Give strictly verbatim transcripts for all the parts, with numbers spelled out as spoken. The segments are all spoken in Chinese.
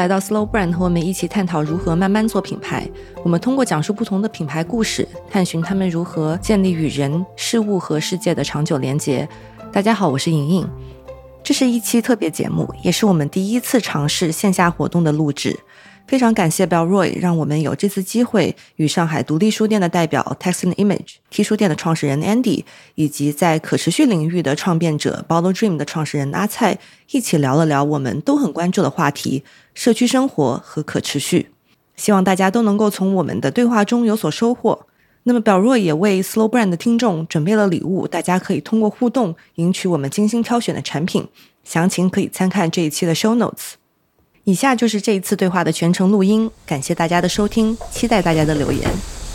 来到 Slow Brand， 和我们一起探讨如何慢慢做品牌。我们通过讲述不同的品牌故事，探寻他们如何建立与人、事物和世界的长久连结。大家好，我是莹莹。这是一期特别节目，也是我们第一次尝试线下活动的录制。非常感谢 Bell Roy 让我们有这次机会与上海独立书店的代表 Text and Image T 书店的创始人 Andy 以及在可持续领域的创变者 Bottle Dream 的创始人阿蔡一起聊了聊我们都很关注的话题，社区生活和可持续。希望大家都能够从我们的对话中有所收获。那么 Bell Roy 也为 Slow Brand 的听众准备了礼物，大家可以通过互动赢取我们精心挑选的产品，详情可以参看这一期的 show notes。以下就是这一次对话的全程录音，感谢大家的收听，期待大家的留言。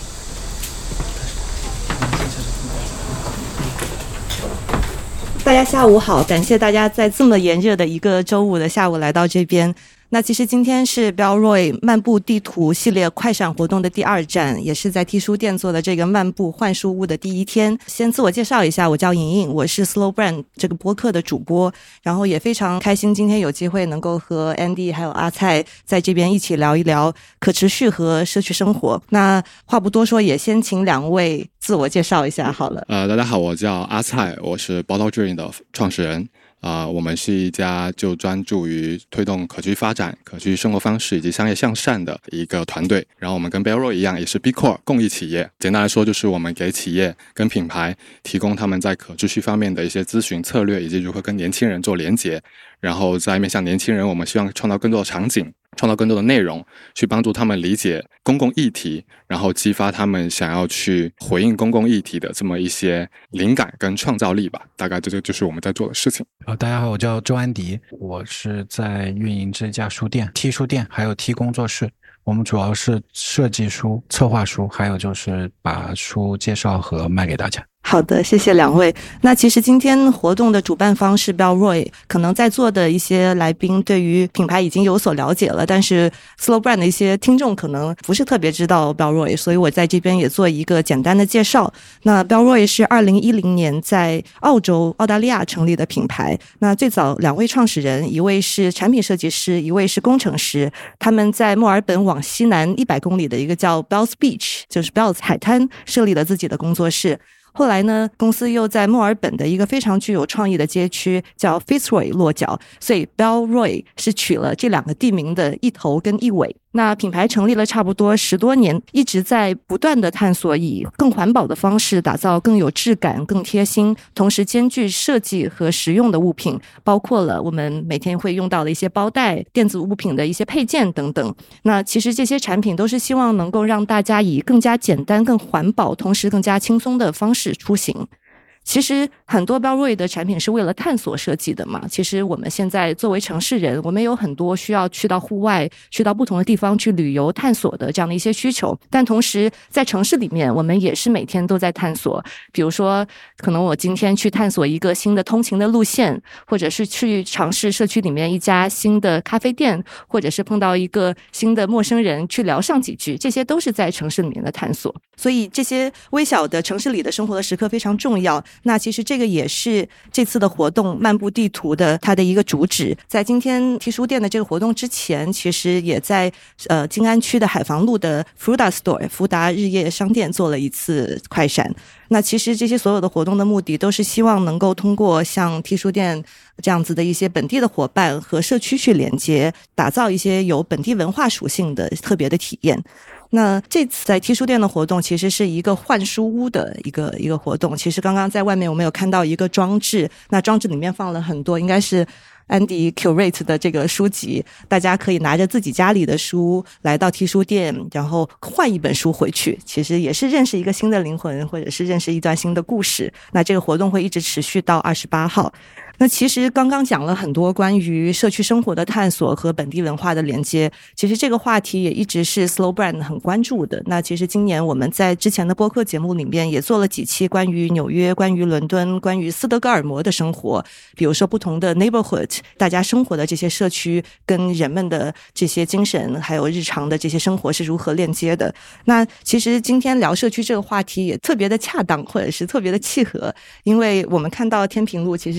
大家下午好，感谢大家在这么炎热的一个周五的下午来到这边。那其实今天是 Bell Roy 漫步地图系列快闪活动的第二站，也是在 T 书店做的这个漫步换书屋的第一天。先自我介绍一下，我叫莹莹，我是 Slow Brand 这个播客的主播，然后也非常开心今天有机会能够和 Andy 还有阿蔡在这边一起聊一聊可持续和社区生活。那话不多说，也先请两位自我介绍一下好了。 呃，大家好，我叫阿蔡，我是 Bottle Dream 的创始人。啊、呃，我们是一家就专注于推动可持续发展、可持续生活方式以及商业向善的一个团队。然后我们跟 Bell Roy 一样，也是 B Corp 公益企业。简单来说，就是我们给企业跟品牌提供他们在可持续方面的一些咨询策略，以及如何跟年轻人做连结。然后在面向年轻人，我们希望创造更多的场景，创造更多的内容，去帮助他们理解公共议题，然后激发他们想要去回应公共议题的这么一些灵感跟创造力吧。大概这就就是我们在做的事情。 呃，大家好，我叫周安迪，我是在运营这家书店 T 书店还有 T 工作室。我们主要是设计书、策划书，还有就是把书介绍和卖给大家。 好的，谢谢两位。那其实今天活动的主办方是 Bell Roy， 可能在座的一些来宾对于品牌已经有所了解了，但是 Slow Brand 的一些听众可能不是特别知道 Bell Roy， 所以我在这边也做一个简单的介绍。那 Bell Roy 是二零一零年在澳洲、澳大利亚成立的品牌。那最早两位创始人，一位是产品设计师，一位是工程师，他们在墨尔本往西南一百公里的一个叫 Bells Beach， 就是 Bells 海滩设立了自己的工作室。后来呢，公司又在墨尔本的一个非常具有创意的街区叫 Fitzroy 落脚，所以 Bell Roy 是取了这两个地名的一头跟一尾。那品牌成立了差不多十多年，一直在不断的探索以更环保的方式打造更有质感、更贴心，同时兼具设计和实用的物品，包括了我们每天会用到的一些包袋、电子物品的一些配件等等。那其实这些产品都是希望能够让大家以更加简单、更环保，同时更加轻松的方式出行。其实很多 Bell Roy 的产品是为了探索设计的嘛。其实我们现在作为城市人，我们有很多需要去到户外、去到不同的地方去旅游探索的这样的一些需求，但同时在城市里面，我们也是每天都在探索。比如说，可能我今天去探索一个新的通勤的路线，或者是去尝试社区里面一家新的咖啡店，或者是碰到一个新的陌生人去聊上几句，这些都是在城市里面的探索。所以这些微小的城市里的生活的时刻非常重要。那其实这个也是这次的活动漫步地图的它的一个主旨。在今天 T 书店的这个活动之前，其实也在呃静安区的海防路的 Fruda Store 福达日夜商店做了一次快闪。那其实这些所有的活动的目的都是希望能够通过像 T 书店这样子的一些本地的伙伴和社区去连接，打造一些有本地文化属性的特别的体验。那这次在 T 书店的活动其实是一个换书屋的一个一个活动。其实刚刚在外面我们有看到一个装置，那装置里面放了很多应该是Andy curate 的这个书籍，大家可以拿着自己家里的书来到 T 书店，然后换一本书回去，其实也是认识一个新的灵魂，或者是认识一段新的故事。那这个活动会一直持续到二十八号。那其实刚刚讲了很多关于社区生活的探索和本地文化的连接，其实这个话题也一直是 Slow Brand 很关注的。那其实今年我们在之前的播客节目里面也做了几期关于纽约、关于伦敦、关于斯德哥尔摩的生活，比如说不同的 neighborhood， 大家生活的这些社区跟人们的这些精神还有日常的这些生活是如何链接的。那其实今天聊社区这个话题也特别的恰当，或者是特别的契合，因为我们看到天平路其实是上海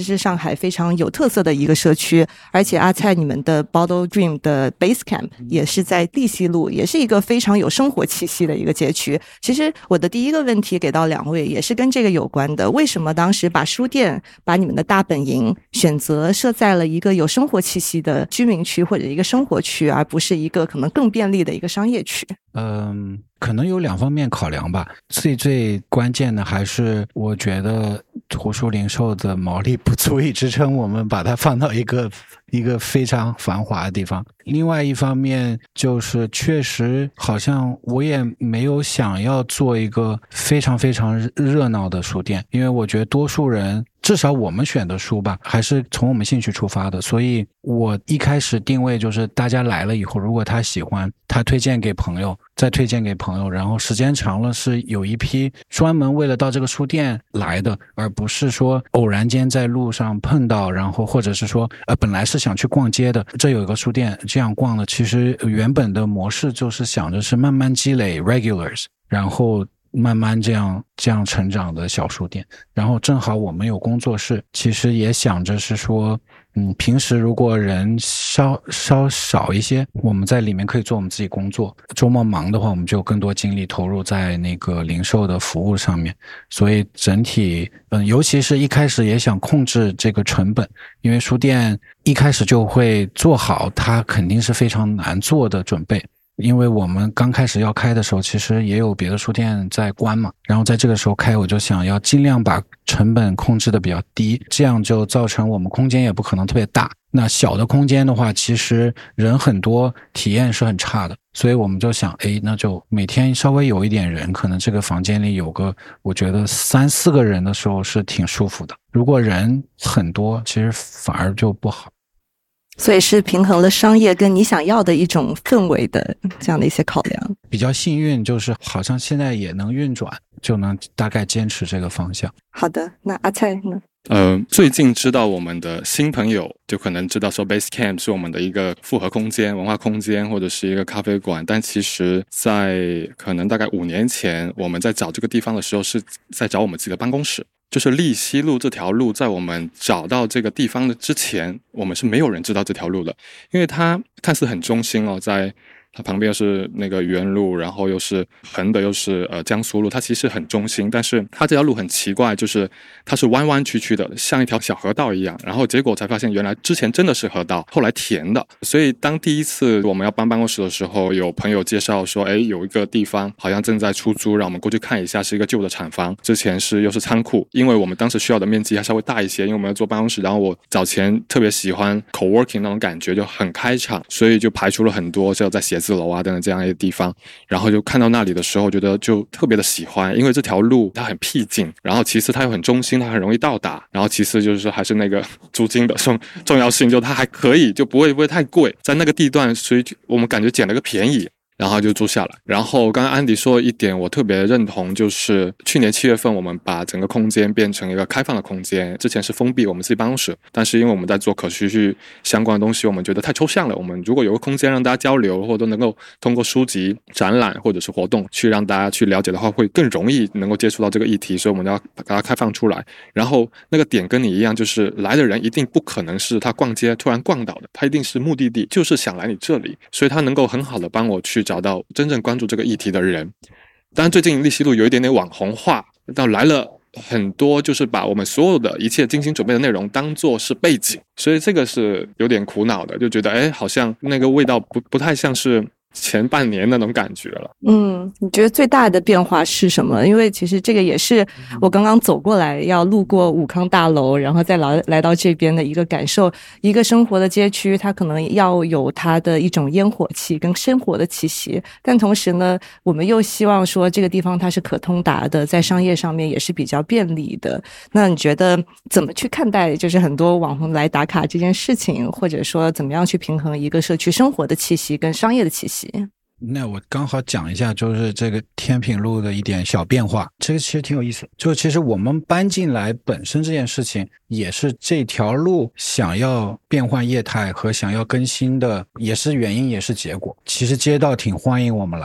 牌非常有特色的一个社区，而且阿蔡你们的 Bottle Dream 的 Base Camp 也是在利西路，也是一个非常有生活气息的一个街区。其实我的第一个问题给到两位也是跟这个有关的，为什么当时把书店把你们的大本营选择设在了一个有生活气息的居民区或者一个生活区，而不是一个可能更便利的一个商业区？ 嗯，可能有两方面考量吧。最最关键的还是我觉得图书零售的毛利不足以支撑我们把它放到一个一个非常繁华的地方。另外一方面就是确实好像我也没有想要做一个非常非常热闹的书店，因为我觉得多数人至少我们选的书吧还是从我们兴趣出发的，所以我一开始定位就是大家来了以后，如果他喜欢，他推荐给朋友，再推荐给朋友，然后时间长了是有一批专门为了到这个书店来的，而不是说偶然间在路上碰到，然后或者是说呃本来是想去逛街的，这有一个书店这样逛的，其实原本的模式就是想着是慢慢积累 regulars， 然后慢慢这样这样成长的小书店。然后正好我们有工作室，其实也想着是说嗯，平时如果人稍稍少一些，我们在里面可以做我们自己工作，周末忙的话我们就有更多精力投入在那个零售的服务上面。所以整体嗯，尤其是一开始也想控制这个成本，因为书店一开始就会做好它肯定是非常难做的准备，因为我们刚开始要开的时候其实也有别的书店在关嘛，然后在这个时候开我就想要尽量把成本控制的比较低，这样就造成我们空间也不可能特别大，那小的空间的话其实人很多，体验是很差的，所以我们就想诶，那就每天稍微有一点人，可能这个房间里有个我觉得三四个人的时候是挺舒服的，如果人很多其实反而就不好。 所以是平衡了商业跟你想要的一种氛围的这样的一些考量。 比较幸运就是好像现在也能运转，就能大概坚持这个方向。 好的，那阿蔡呢？ 呃，最近知道我们的新朋友就可能知道说 Base Camp 是我们的一个复合空间、文化空间或者是一个咖啡馆，但其实在可能大概五年前我们在找这个地方的时候是在找我们自己的办公室，就是利西路这条路在我们找到这个地方的之前我们是没有人知道这条路的，因为它看似很中心哦，在它旁边又是那个原路，然后又是横的又是呃江苏路，它其实很中心，但是它这条路很奇怪，就是它是弯弯曲曲的，像一条小河道一样，然后结果才发现原来之前真的是河道，后来填的。所以当第一次我们要搬办公室的时候，有朋友介绍说，哎，有一个地方好像正在出租，让我们过去看一下，是一个旧的厂房，之前是又是仓库，因为我们当时需要的面积还稍微大一些，因为我们要做办公室，然后我早前特别喜欢 co-working 那种感觉，就很开场，所以就排除了很多就在写字楼啊等等这样一个地方，然后就看到那里的时候觉得就特别的喜欢，因为这条路它很僻静，然后其次它又很中心，它很容易到达，然后其次就是还是那个租金的重重要性，就它还可以，就不会不会太贵，在那个地段，所以我们感觉捡了个便宜，然后就租下来。然后刚刚安迪说一点我特别认同，就是去年七月份我们把整个空间变成一个开放的空间，之前是封闭我们自己办公室，但是因为我们在做可持续相关的东西，我们觉得太抽象了，我们如果有个空间让大家交流，或者能够通过书籍展览或者是活动去让大家去了解的话，会更容易能够接触到这个议题，所以我们要把它开放出来。然后那个点跟你一样，就是来的人一定不可能是他逛街突然逛到的，他一定是目的地就是想来你这里，所以他能够很好的帮我去找到真正关注这个议题的人。当然最近利西路有一点点网红化，到来了很多就是把我们所有的一切精心准备的内容当作是背景，所以这个是有点苦恼的，就觉得哎，好像那个味道不不太像是前半年那种感觉了。 嗯，你觉得最大的变化是什么？因为其实这个也是我刚刚走过来要路过武康大楼，然后再来来到这边的一个感受。一个生活的街区，它可能要有它的一种烟火气跟生活的气息，但同时呢，我们又希望说这个地方它是可通达的，在商业上面也是比较便利的。那你觉得怎么去看待就是很多网红来打卡这件事情，或者说怎么样去平衡一个社区生活的气息跟商业的气息？ 那我刚好讲一下就是这个天品路的一点小变化，这个其实挺有意思的，就其实我们搬进来本身这件事情也是这条路想要变换业态和想要更新的，也是原因也是结果。其实街道挺欢迎我们来的，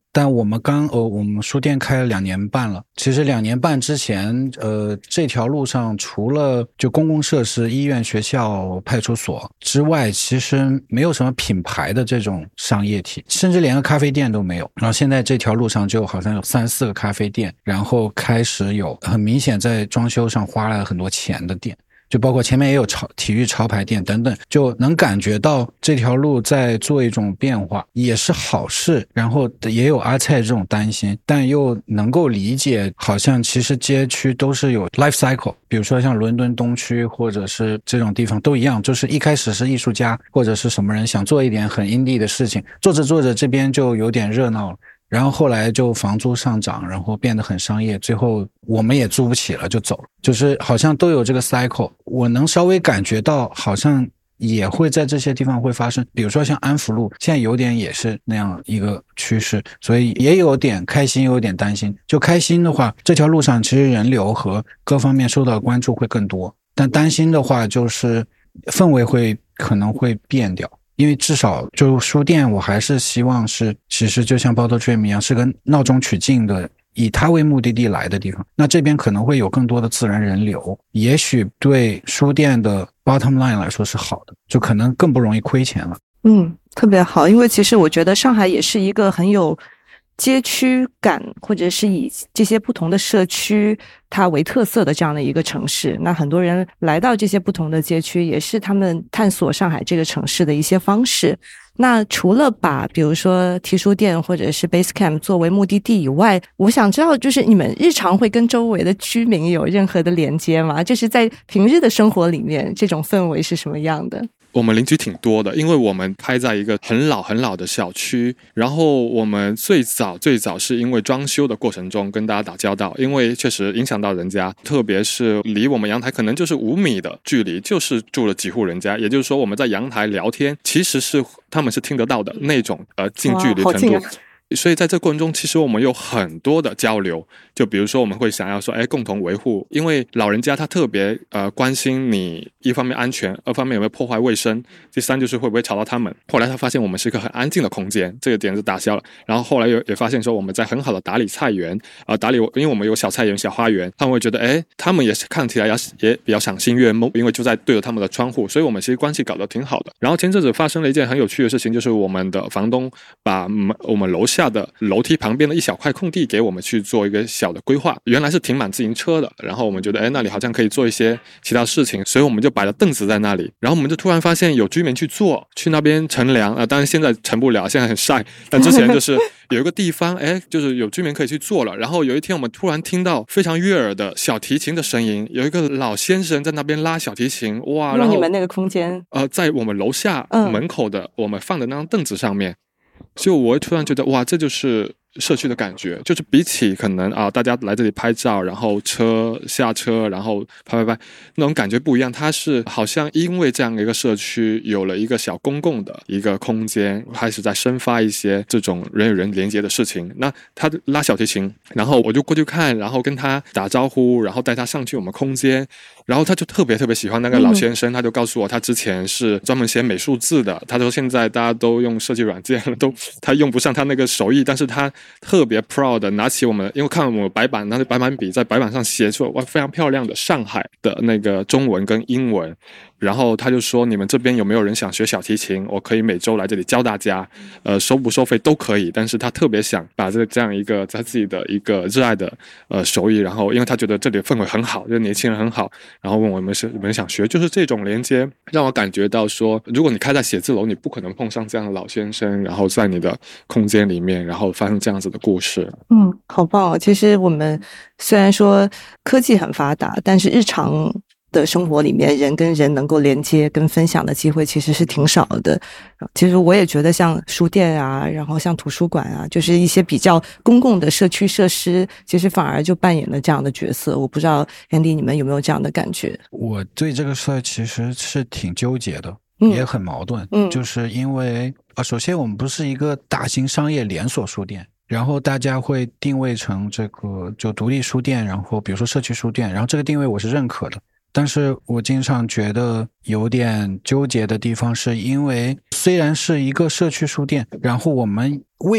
但我们刚呃，我们书店开了两年半了。其实两年半之前，呃，这条路上除了就公共设施、医院、学校、派出所之外，其实没有什么品牌的这种商业体，甚至连个咖啡店都没有。然后现在这条路上就好像有三四个咖啡店，然后开始有很明显在装修上花了很多钱的店。就包括前面也有潮体育潮牌店等等，就能感觉到这条路在做一种变化，也是好事。然后也有阿蔡这种担心，但又能够理解，好像其实街区都是有 life cycle， 比如说像伦敦东区或者是这种地方都一样，就是一开始是艺术家或者是什么人想做一点很 indie 的事情，做着做着这边就有点热闹了。然后后来就房租上涨，然后变得很商业，最后我们也租不起了就走了，就是好像都有这个 cycle。 我能稍微感觉到好像也会在这些地方会发生，比如说像安福路现在有点也是那样一个趋势，所以也有点开心有点担心。就开心的话，这条路上其实人流和各方面受到关注会更多，但担心的话就是氛围会可能会变掉。因为至少就书店我还是希望是其实就像 Bottle Dream 一样是个闹中取静的，以它为目的地来的地方，那这边可能会有更多的自然人流，也许对书店的 bottom line 来说是好的，就可能更不容易亏钱了。 嗯，特别好。因为其实我觉得上海也是一个很有街区感，或者是以这些不同的社区它为特色的这样的一个城市，那很多人来到这些不同的街区也是他们探索上海这个城市的一些方式。那除了把比如说提书店或者是 Basecamp 作为目的地以外，我想知道就是你们日常会跟周围的居民有任何的连接吗？就是在平日的生活里面这种氛围是什么样的？ 我们邻居挺多的，因为我们开在一个很老很老的小区，然后我们最早最早是因为装修的过程中跟大家打交道，因为确实影响到人家，特别是离我们阳台可能就是五米的距离，就是住了几户人家，也就是说我们在阳台聊天其实是他们是听得到的那种呃近距离程度。所以在这过程中其实我们有很多的交流，就比如说我们会想要说哎，共同维护，因为老人家他特别呃关心你一方面安全，二方面有没有破坏卫生，第三就是会不会吵到他们。后来他发现我们是一个很安静的空间，这个点就打消了。然后后来也发现说我们在很好的打理菜园呃打理，因为我们有小菜园小花园，他们会觉得哎，他们也是看起来也比较赏心悦目，因为就在对着他们的窗户，所以我们其实关系搞得挺好的。然后前阵子发生了一件很有趣的事情，就是我们的房东把我们楼下的楼梯旁边的一小块空地给我们去做一个小的规划，原来是停满自行车的，然后我们觉得哎，那里好像可以做一些其他事情，所以我们就摆了凳子在那里，然后我们就突然发现有居民去坐，去那边乘凉啊、呃，当然现在乘不了，现在很晒，但之前就是有一个地方哎，就是有居民可以去坐了。然后有一天我们突然听到非常悦耳的小提琴的声音，有一个老先生在那边拉小提琴，哇，然后你们那个空间呃，在我们楼下门口的、嗯、我们放的那张凳子上面，就我突然觉得哇，这就是社区的感觉，就是比起可能啊，大家来这里拍照，然后车下车，然后拍拍拍，那种感觉不一样。它是好像因为这样的一个社区有了一个小公共的一个空间，开始在生发一些这种人与人连接的事情。那他拉小提琴，然后我就过去看，然后跟他打招呼，然后带他上去我们空间，然后他就特别特别喜欢那个老先生，嗯、他就告诉我他之前是专门写美术字的，他说现在大家都用设计软件了，都他用不上他那个手艺，但是他特别 proud 的拿起我们，因为看我们白板，拿着白板笔在白板上写出哇非常漂亮的上海的那个中文跟英文，然后他就说你们这边有没有人想学小提琴，我可以每周来这里教大家，呃收不收费都可以，但是他特别想把这这样一个他自己的一个热爱的呃手艺，然后因为他觉得这里的氛围很好，就是年轻人很好，然后问我们是你们想学，就是这种连接让我感觉到说，如果你开在写字楼，你不可能碰上这样的老先生，然后在你的空间里面然后发生这样子的故事。 嗯，好棒哦。其实我们虽然说科技很发达，但是日常的生活里面人跟人能够连接跟分享的机会其实是挺少的。其实我也觉得像书店啊，然后像图书馆啊，就是一些比较公共的社区设施，其实反而就扮演了这样的角色。我不知道 Andy 你们有没有这样的感觉？ 我对这个事其实是挺纠结的， 嗯、 也很矛盾、 嗯、 就是因为啊，首先我们不是一个大型商业连锁书店，然后大家会定位成这个就独立书店，然后比如说社区书店，然后这个定位我是认可的。但是我经常觉得有点纠结的地方，是因为虽然是一个社区书店，然后我们位置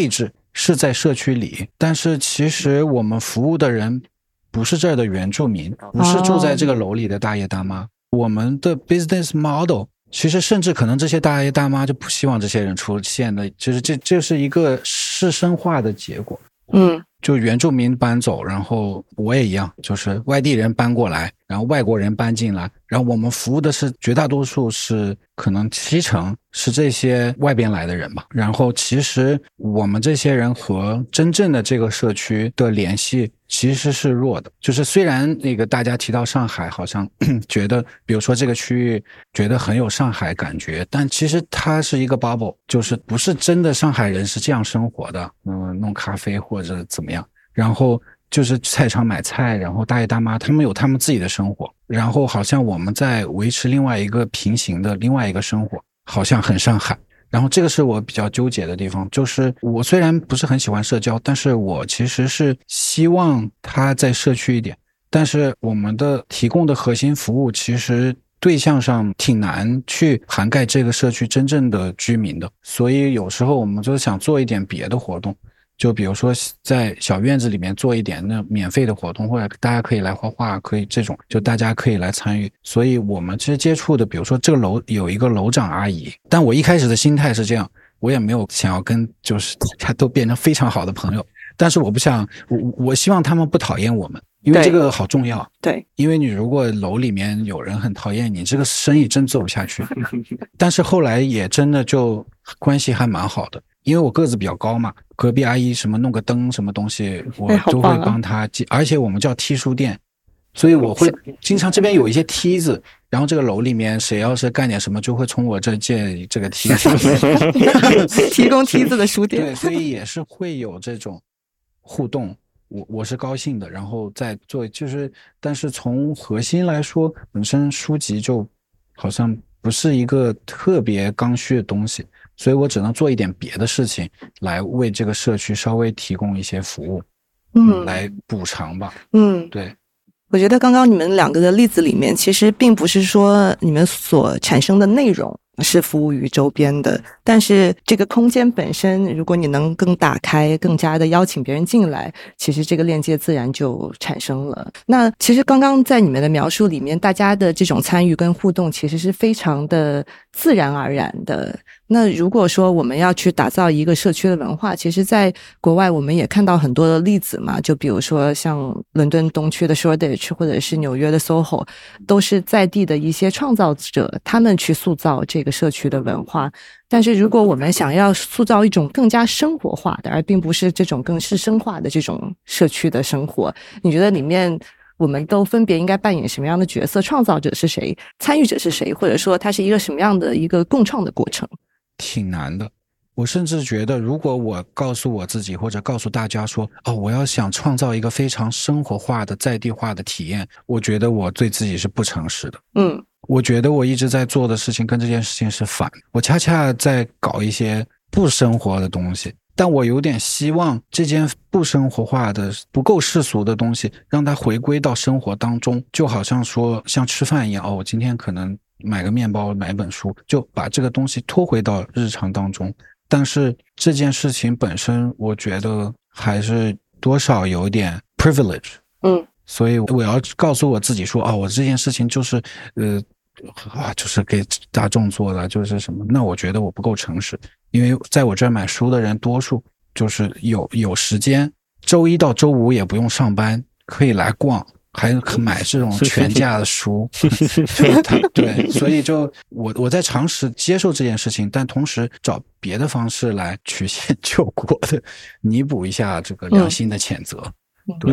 是在社区里，但是其实我们服务的人不是这儿的原住民，不是住在这个楼里的大爷大妈。我们的 business model 其实甚至可能这些大爷大妈就不希望这些人出现的，就是这这是一个师生化的结果。 嗯， 就原住民搬走，然后我也一样，就是外地人搬过来，然后外国人搬进来，然后我们服务的是绝大多数是可能七成是这些外边来的人吧。然后其实我们这些人和真正的这个社区的联系其实是弱的。就是虽然那个大家提到上海好像觉得比如说这个区域觉得很有上海感觉，但其实它是一个 bubble， 就是不是真的上海人是这样生活的，嗯，弄咖啡或者怎么样，然后就是菜场买菜，然后大爷大妈他们有他们自己的生活，然后好像我们在维持另外一个平行的另外一个生活，好像很上海。然后这个是我比较纠结的地方，就是我虽然不是很喜欢社交，但是我其实是希望它在社区一点，但是我们的提供的核心服务其实对象上挺难去涵盖这个社区真正的居民的，所以有时候我们就想做一点别的活动，就比如说在小院子里面做一点那免费的活动，或者大家可以来画画，可以这种就大家可以来参与。所以我们其实接触的比如说这个楼有一个楼长阿姨，但我一开始的心态是这样，我也没有想要跟就是他都变成非常好的朋友，但是我不想我我希望他们不讨厌我们，因为这个好重要。 对， 因为你如果楼里面有人很讨厌你，这个生意真做不下去。但是后来也真的就关系还蛮好的，因为我个子比较高嘛，隔壁阿姨什么弄个灯什么东西我都会帮她记、哎啊、而且我们叫梯书店，所以我会经常这边有一些梯子，然后这个楼里面谁要是干点什么就会从我这借这个梯子提供梯子的书店。 对，所以也是会有这种互动，我我是高兴的，然后再做就是但是从核心来说，本身书籍就好像不是一个特别刚需的东西，所以我只能做一点别的事情来为这个社区稍微提供一些服务，嗯，来补偿吧。 嗯， 对。 我觉得刚刚你们两个的例子里面，其实并不是说你们所产生的内容是服务于周边的，但是这个空间本身，如果你能更打开，更加的邀请别人进来，其实这个链接自然就产生了。那其实刚刚在你们的描述里面，大家的这种参与跟互动其实是非常的自然而然的。那如果说我们要去打造一个社区的文化，其实在国外我们也看到很多的例子嘛，就比如说像伦敦东区的 Shoreditch 或者是纽约的 S O H O， 都是在地的一些创造者，他们去塑造这个社区的文化。但是如果我们想要塑造一种更加生活化的，而并不是这种更师生化的这种社区的生活，你觉得里面我们都分别应该扮演什么样的角色？创造者是谁？参与者是谁？或者说它是一个什么样的一个共创的过程？ 挺难的。我甚至觉得如果我告诉我自己或者告诉大家说哦，我要想创造一个非常生活化的在地化的体验，我觉得我对自己是不诚实的。 嗯， 我觉得我一直在做的事情跟这件事情是反，我恰恰在搞一些不生活的东西，但我有点希望这件不生活化的不够世俗的东西让它回归到生活当中，就好像说像吃饭一样，哦，我今天可能买个面包买本书，就把这个东西拖回到日常当中。但是这件事情本身我觉得还是多少有点 privilege， 嗯， 所以我要告诉我自己说，哦，我这件事情就是呃啊，就是给大众做的，就是什么，那我觉得我不够诚实。因为在我这儿买书的人多数就是有有时间，周一到周五也不用上班，可以来逛，还买这种全价的书对，所以就我我在尝试接受这件事情，但同时找别的方式来曲线救国的弥补一下这个良心的谴责。嗯、对，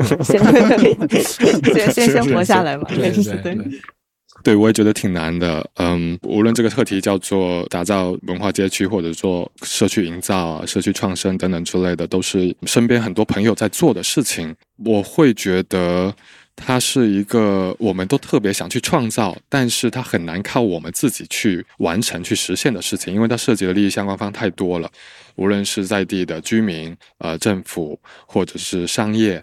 先先先活下来嘛。 对对 对, 对对，我也觉得挺难的。嗯，无论这个课题叫做打造文化街区，或者做社区营造啊、社区创生等等之类的，都是身边很多朋友在做的事情。我会觉得它是一个我们都特别想去创造，但是它很难靠我们自己去完成、去实现的事情，因为它涉及的利益相关方太多了，无论是在地的居民、呃政府或者是商业。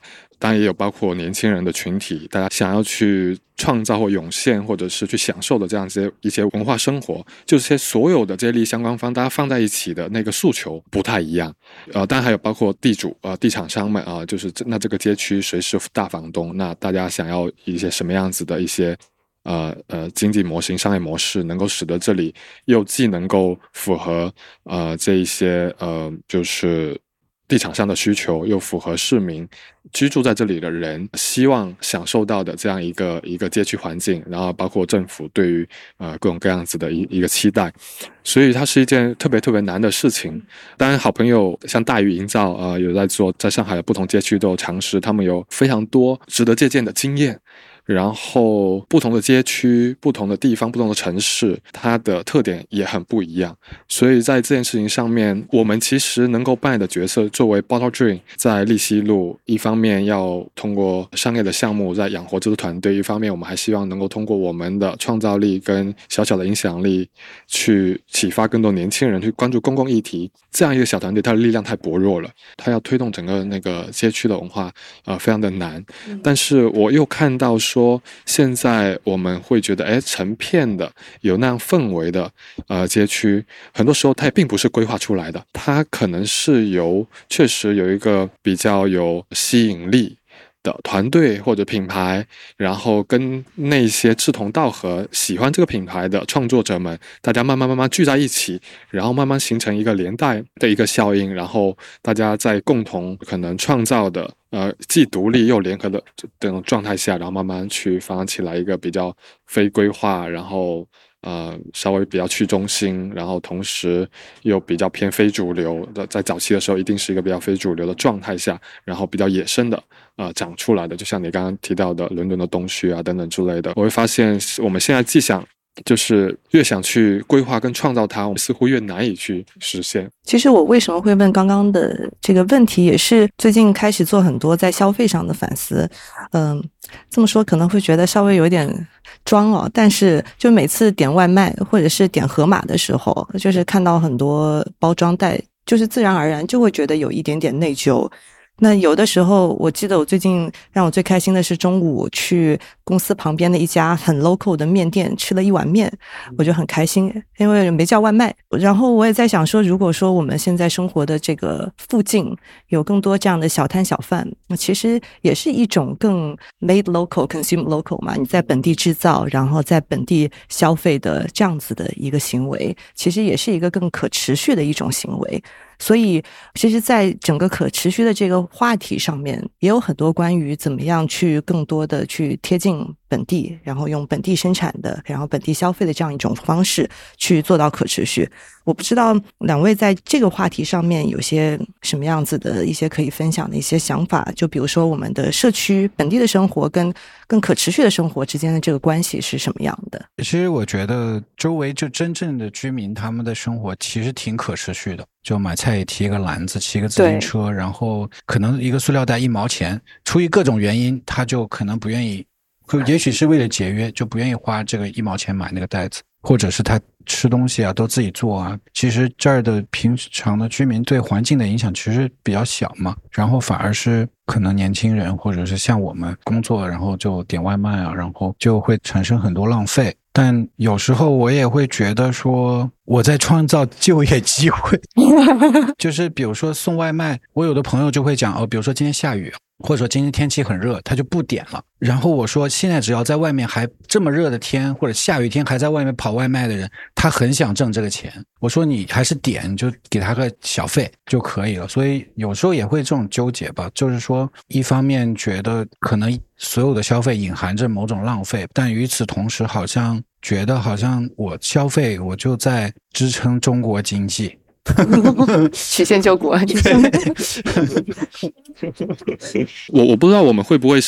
当然也有包括年轻人的群体，大家想要去创造或涌现或者是去享受的这样一些一些文化生活，就是些所有的这些利益相关方大家放在一起的那个诉求不太一样。呃，当然还有包括地主呃地产商们啊、呃，就是那这个街区谁是大房东，那大家想要一些什么样子的一些呃呃经济模型、商业模式，能够使得这里又既能够符合呃这一些呃就是地产商的需求，又符合市民居住在这里的人希望享受到的这样一个一个街区环境，然后包括政府对于呃各种各样子的一一个期待，所以它是一件特别特别难的事情。当然，好朋友像大鱼营造呃有在做，在上海的不同街区都有尝试，他们有非常多值得借鉴的经验。然后不同的街区、不同的地方、不同的城市，它的特点也很不一样。所以在这件事情上面，我们其实能够扮演的角色，作为 Bottle Dream 在利西路，一方面要通过商业的项目在养活这支团队，一方面我们还希望能够通过我们的创造力跟小小的影响力，去启发更多年轻人去关注公共议题。这样一个小团队，它的力量太薄弱了，它要推动整个那个街区的文化，呃，非常的难。但是我又看到说现在我们会觉得，哎，成片的有那样氛围的呃街区，很多时候它也并不是规划出来的，它可能是由确实有一个比较有吸引力的团队或者品牌，然后跟那些志同道合喜欢这个品牌的创作者们，大家慢慢慢慢聚在一起，然后慢慢形成一个连带的一个效应，然后大家在共同可能创造的呃既独立又联合的这种状态下，然后慢慢去发展起来一个比较非规划，然后呃，稍微比较去中心，然后同时又比较偏非主流的，在早期的时候一定是一个比较非主流的状态下，然后比较野生的呃长出来的，就像你刚刚提到的伦敦的东区啊等等之类的，我会发现我们现在既想就是越想去规划跟创造它，我们似乎越难以去实现。 其实我为什么会问刚刚的这个问题，也是最近开始做很多在消费上的反思。嗯，这么说可能会觉得稍微有点装哦，但是就每次点外卖或者是点盒马的时候，就是看到很多包装袋，就是自然而然就会觉得有一点点内疚。那有的时候我记得我最近让我最开心的是中午去公司旁边的一家很 local 的面店吃了一碗面，我就很开心，因为没叫外卖。然后我也在想说，如果说我们现在生活的这个附近有更多这样的小摊小贩，其实也是一种更 made local consume local 嘛，你在本地制造然后在本地消费的这样子的一个行为，其实也是一个更可持续的一种行为。所以其实在整个可持续的这个话题上面，也有很多关于怎么样去更多的去贴近本地，然后用本地生产的然后本地消费的这样一种方式去做到可持续。我不知道两位在这个话题上面有些什么样子的一些可以分享的一些想法，就比如说我们的社区本地的生活跟更可持续的生活之间的这个关系是什么样的。 其实我觉得周围就真正的居民他们的生活其实挺可持续的，就买菜也提一个篮子，骑个自行车，然后可能一个塑料袋一毛钱，出于各种原因他就可能不愿意，也许是为了节约就不愿意花这个一毛钱买那个袋子，或者是他吃东西啊都自己做啊。其实这儿的平常的居民对环境的影响其实比较小嘛，然后反而是可能年轻人或者是像我们工作然后就点外卖啊，然后就会产生很多浪费。但有时候我也会觉得说我在创造就业机会就是比如说送外卖，我有的朋友就会讲哦，比如说今天下雨，或者说今天天气很热，他就不点了。然后我说现在只要在外面还这么热的天或者下雨天还在外面跑外卖的人，他很想挣这个钱，我说你还是点，就给他个小费就可以了。所以有时候也会这种纠结吧，就是说一方面觉得可能所有的消费隐含着某种浪费，但与此同时好像觉得好像我消费我就在支撑中国经济曲线救国我我不知道我们会不会是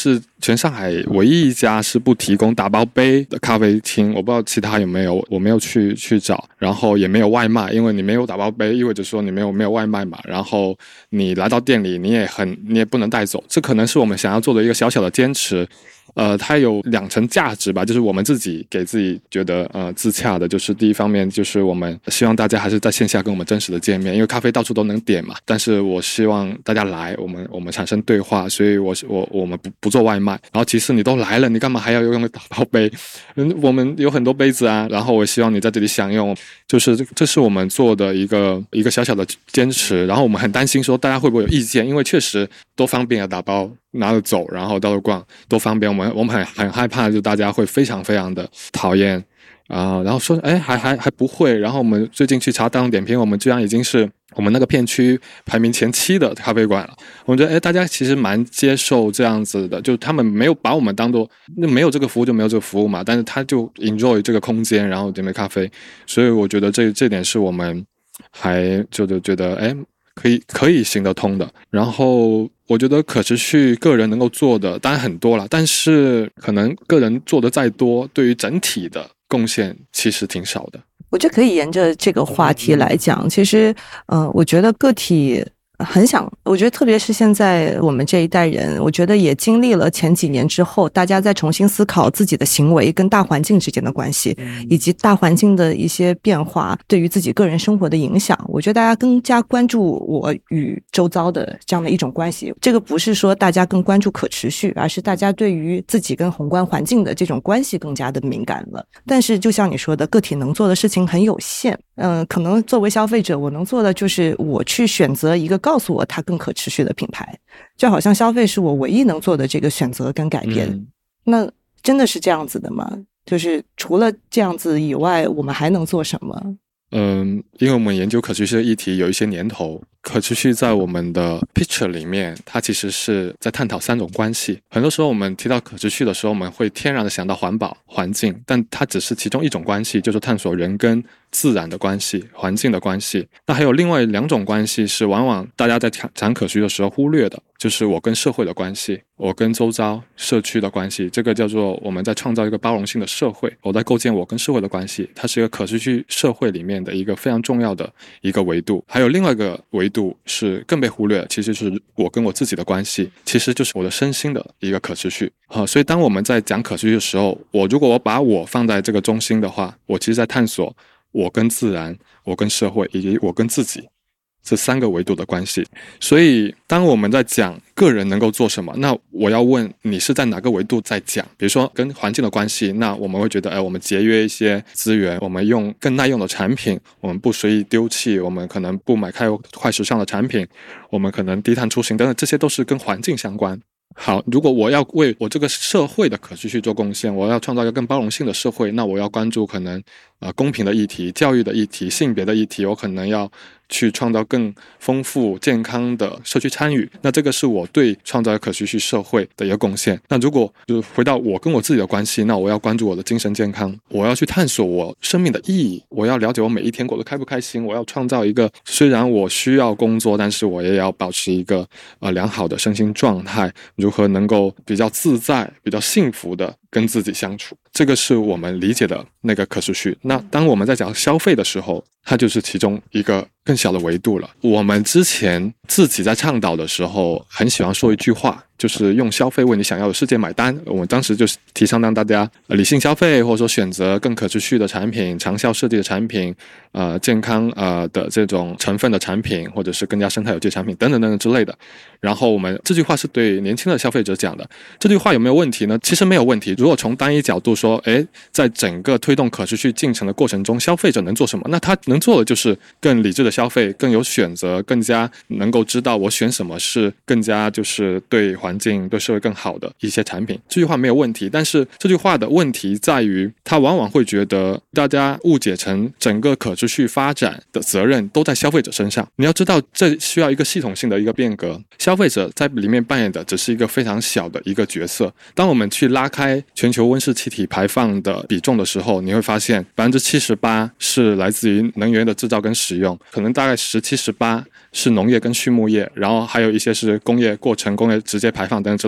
全上海唯一一家是不提供打包杯的咖啡厅，我不知道其他有没有，我没有去去找，然后也没有外卖，因为你没有打包杯意味着说你没有没有外卖嘛，然后你来到店里你也很你也不能带走，这可能是我们想要做的一个小小的坚持。呃，它有两层价值吧，就是我们自己给自己觉得呃自洽的，就是第一方面就是我们希望大家还是在线下跟我们真实的见面，因为咖啡到处都能点嘛，但是我希望大家来，我们我们产生对话，所以我我我们不不做外卖。然后其次你都来了，你干嘛还要用打包杯？嗯，我们有很多杯子啊，然后我希望你在这里享用，就是这是我们做的一个一个小小的坚持。然后我们很担心说大家会不会有意见，因为确实多方便啊，打包拿着走，然后到处逛多方便，我们我们很很害怕，就大家会非常非常的讨厌啊、呃，然后说哎还还还不会，然后我们最近去查大众点评，我们居然已经是我们那个片区排名前七的咖啡馆了。我觉得哎大家其实蛮接受这样子的，就他们没有把我们当做没有这个服务就没有这个服务嘛，但是他就 enjoy 这个空间，然后点杯咖啡，所以我觉得这这点是我们还就觉得哎可以可以行得通的。然后我觉得可持续个人能够做的当然很多了，但是可能个人做的再多，对于整体的贡献其实挺少的。 我觉得可以沿着这个话题来讲，其实呃，我觉得个体很想，我觉得特别是现在我们这一代人，我觉得也经历了前几年之后，大家在重新思考自己的行为跟大环境之间的关系，以及大环境的一些变化对于自己个人生活的影响。我觉得大家更加关注我与周遭的这样的一种关系，这个不是说大家更关注可持续，而是大家对于自己跟宏观环境的这种关系更加的敏感了。但是就像你说的，个体能做的事情很有限，嗯、呃，可能作为消费者我能做的就是我去选择一个告诉我它更可持续的品牌，就好像消费是我唯一能做的这个选择跟改变、嗯、那真的是这样子的吗？就是除了这样子以外我们还能做什么？ 嗯，因为我们研究可持续的议题有一些年头，可持续在我们的 picture 里面它其实是在探讨三种关系。很多时候我们提到可持续的时候，我们会天然的想到环保环境，但它只是其中一种关系，就是探索人跟自然的关系，环境的关系。那还有另外两种关系是往往大家在谈可持续的时候忽略的，就是我跟社会的关系，我跟周遭社区的关系，这个叫做我们在创造一个包容性的社会，我在构建我跟社会的关系，它是一个可持续社会里面的一个非常重要的一个维度。还有另外一个维度是更被忽略，其实是我跟我自己的关系，其实就是我的身心的一个可持续、呃、所以当我们在讲可持续的时候，我如果我把我放在这个中心的话，我其实在探索我跟自然，我跟社会，以及我跟自己这三个维度的关系。所以当我们在讲个人能够做什么，那我要问你是在哪个维度在讲。比如说跟环境的关系，那我们会觉得哎，我们节约一些资源，我们用更耐用的产品，我们不随意丢弃，我们可能不买开快时尚的产品，我们可能低碳出行等等，这些都是跟环境相关。好，如果我要为我这个社会的可持续做贡献，我要创造一个更包容性的社会，那我要关注可能呃公平的议题、教育的议题、性别的议题，我可能要去创造更丰富健康的社区参与，那这个是我对创造可持续社会的一个贡献。那如果就回到我跟我自己的关系，那我要关注我的精神健康，我要去探索我生命的意义，我要了解我每一天过得开不开心，我要创造一个虽然我需要工作，但是我也要保持一个呃良好的身心状态，如何能够比较自在比较幸福的跟自己相处，这个是我们理解的那个可持续。那当我们在讲消费的时候，它就是其中一个更小的维度了。我们之前自己在倡导的时候很喜欢说一句话，就是用消费为你想要的世界买单。我们当时就是提倡让大家理性消费，或者说选择更可持续的产品、长效设计的产品、呃健康呃的这种成分的产品，或者是更加生态有机产品等等等等之类的。然后我们这句话是对年轻的消费者讲的，这句话有没有问题呢？其实没有问题。如果从单一角度说，诶，在整个推动可持续进程的过程中，消费者能做什么？那他能做的就是更理智的消费，更有选择，更加能够知道我选什么是更加就是对环境对社会更好的一些产品。这句话没有问题，但是这句话的问题在于他往往会觉得大家误解成整个可持续发展的责任都在消费者身上。你要知道这需要一个系统性的一个变革，消费者在里面扮演的只是一个非常小的一个角色。当我们去拉开全球温室气体排放的比重的时候，你会发现 百分之七十八 是来自于能源的制造跟使用，可能大概十七、十八是农业跟畜牧业，然后还有一些是工业过程、工业直接排放等等之类的。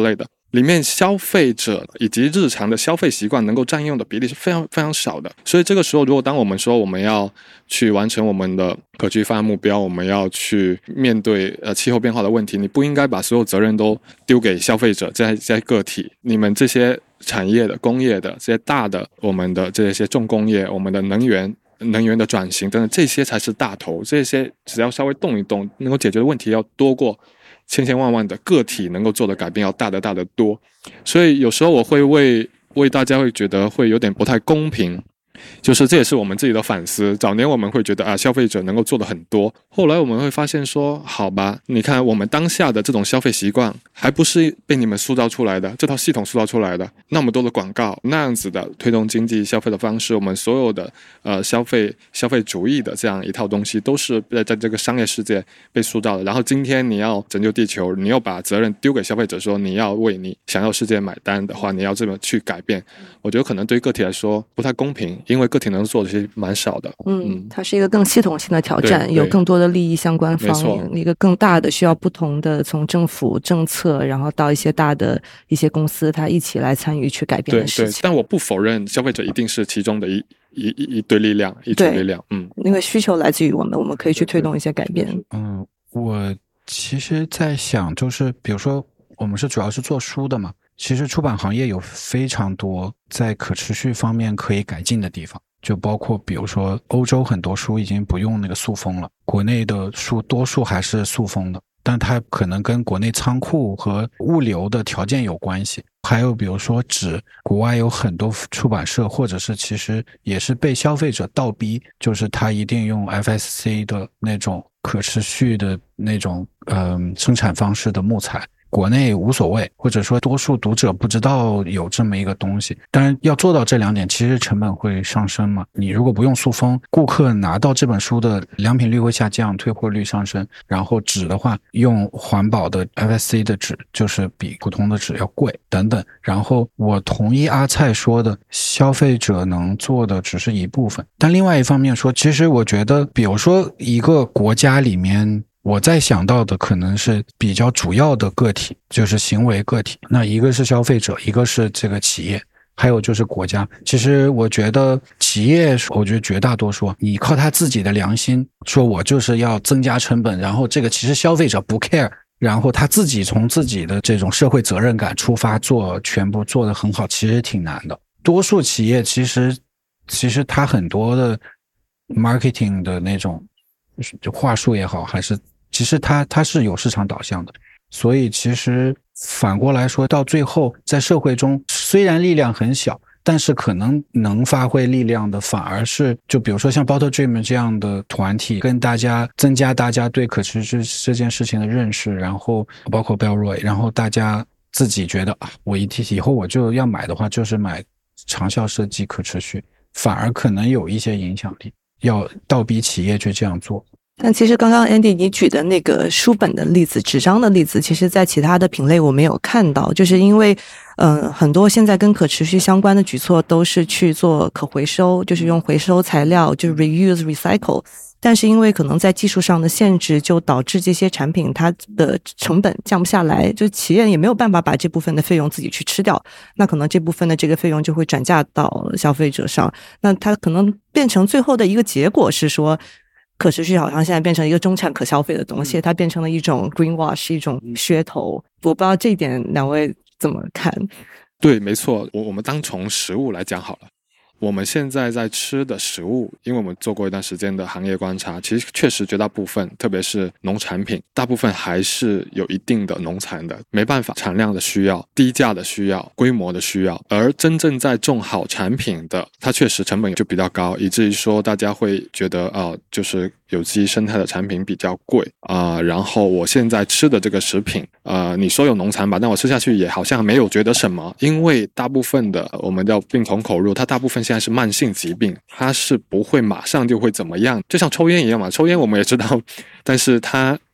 里面消费者以及日常的消费习惯能够占用的比例是非常非常少的。所以这个时候，如果当我们说我们要去完成我们的可持续发展目标，我们要去面对呃气候变化的问题，你不应该把所有责任都丢给消费者这些个体，你们这些产业的、工业的、这些大的我们的这些重工业、我们的能源能源的转型等等，这些才是大头，这些只要稍微动一动，能够解决的问题要多过千千万万的个体能够做的改变要大得大得多。所以有时候我会为为大家会觉得会有点不太公平，就是这也是我们自己的反思。早年我们会觉得啊，消费者能够做的很多，后来我们会发现说，好吧，你看我们当下的这种消费习惯还不是被你们塑造出来的，这套系统塑造出来的，那么多的广告，那样子的推动经济消费的方式，我们所有的呃消费消费主义的这样一套东西都是在在这个商业世界被塑造的。然后今天你要拯救地球，你要把责任丢给消费者，说你要为你想要世界买单的话，你要这么去改变，我觉得可能对于个体来说不太公平，因为个体能做的其实蛮少的。 嗯，它是一个更系统性的挑战，有更多的利益相关方，一个更大的需要不同的从政府政策，然后到一些大的一些公司，它一起来参与去改变的事情。 对对，但我不否认消费者一定是其中的一一一一堆力量，一种力量。嗯， 那个需求来自于我们，我们可以去推动一些改变。 嗯，我其实在想，就是比如说我们是主要是做书的嘛，其实出版行业有非常多在可持续方面可以改进的地方，就包括比如说欧洲很多书已经不用那个塑封了，国内的书多数还是塑封的，但它可能跟国内仓库和物流的条件有关系。还有比如说纸，国外有很多出版社或者是其实也是被消费者倒逼，就是他一定用 F S C 的那种可持续的那种呃生产方式的木材，国内无所谓，或者说多数读者不知道有这么一个东西。当然要做到这两点，其实成本会上升嘛。你如果不用塑封，顾客拿到这本书的良品率会下降，退货率上升。然后纸的话，用环保的 F S C 的纸就是比普通的纸要贵等等。然后我同意阿蔡说的，消费者能做的只是一部分，但另外一方面说，其实我觉得比如说一个国家里面，我在想到的可能是比较主要的个体，就是行为个体。那一个是消费者，一个是这个企业，还有就是国家。其实我觉得企业，我觉得绝大多数你靠他自己的良心说我就是要增加成本，然后这个其实消费者不 care， 然后他自己从自己的这种社会责任感出发做全部做得很好，其实挺难的。多数企业其实其实他很多的 marketing 的那种就话术也好，还是其实它它是有市场导向的。所以其实反过来说，到最后在社会中虽然力量很小，但是可能能发挥力量的反而是就比如说像 Bottle Dream 这样的团体，跟大家增加大家对可持续这件事情的认识，然后包括 Bellroy， 然后大家自己觉得啊，我一以后我就要买的话就是买长效设计可持续，反而可能有一些影响力，要倒逼企业去这样做。 但其实刚刚 Andy 你举的那个书本的例子，纸张的例子，其实在其他的品类我没有看到，就是因为呃，很多现在跟可持续相关的举措都是去做可回收，就是用回收材料，就是 reuse recycle， 但是因为可能在技术上的限制，就导致这些产品它的成本降不下来，就企业也没有办法把这部分的费用自己去吃掉，那可能这部分的这个费用就会转嫁到消费者上，那它可能变成最后的一个结果是说，可持续好像现在变成一个中产可消费的东西，它变成了一种 greenwash， 一种噱头。我不知道这一点两位怎么看？ 对，没错，我我们单从食物来讲好了。我们现在在吃的食物，因为我们做过一段时间的行业观察，其实确实绝大部分，特别是农产品，大部分还是有一定的农残的，没办法，产量的需要、低价的需要、规模的需要，而真正在种好产品的，它确实成本就比较高，以至于说大家会觉得啊、呃，就是有机生态的产品比较贵啊、呃，然后我现在吃的这个食品，呃，你说有农残吧，但我吃下去也好像没有觉得什么，因为大部分的我们叫病从口入，它大部分现在是慢性疾病，它是不会马上就会怎么样，就像抽烟一样嘛，抽烟我们也知道，但是它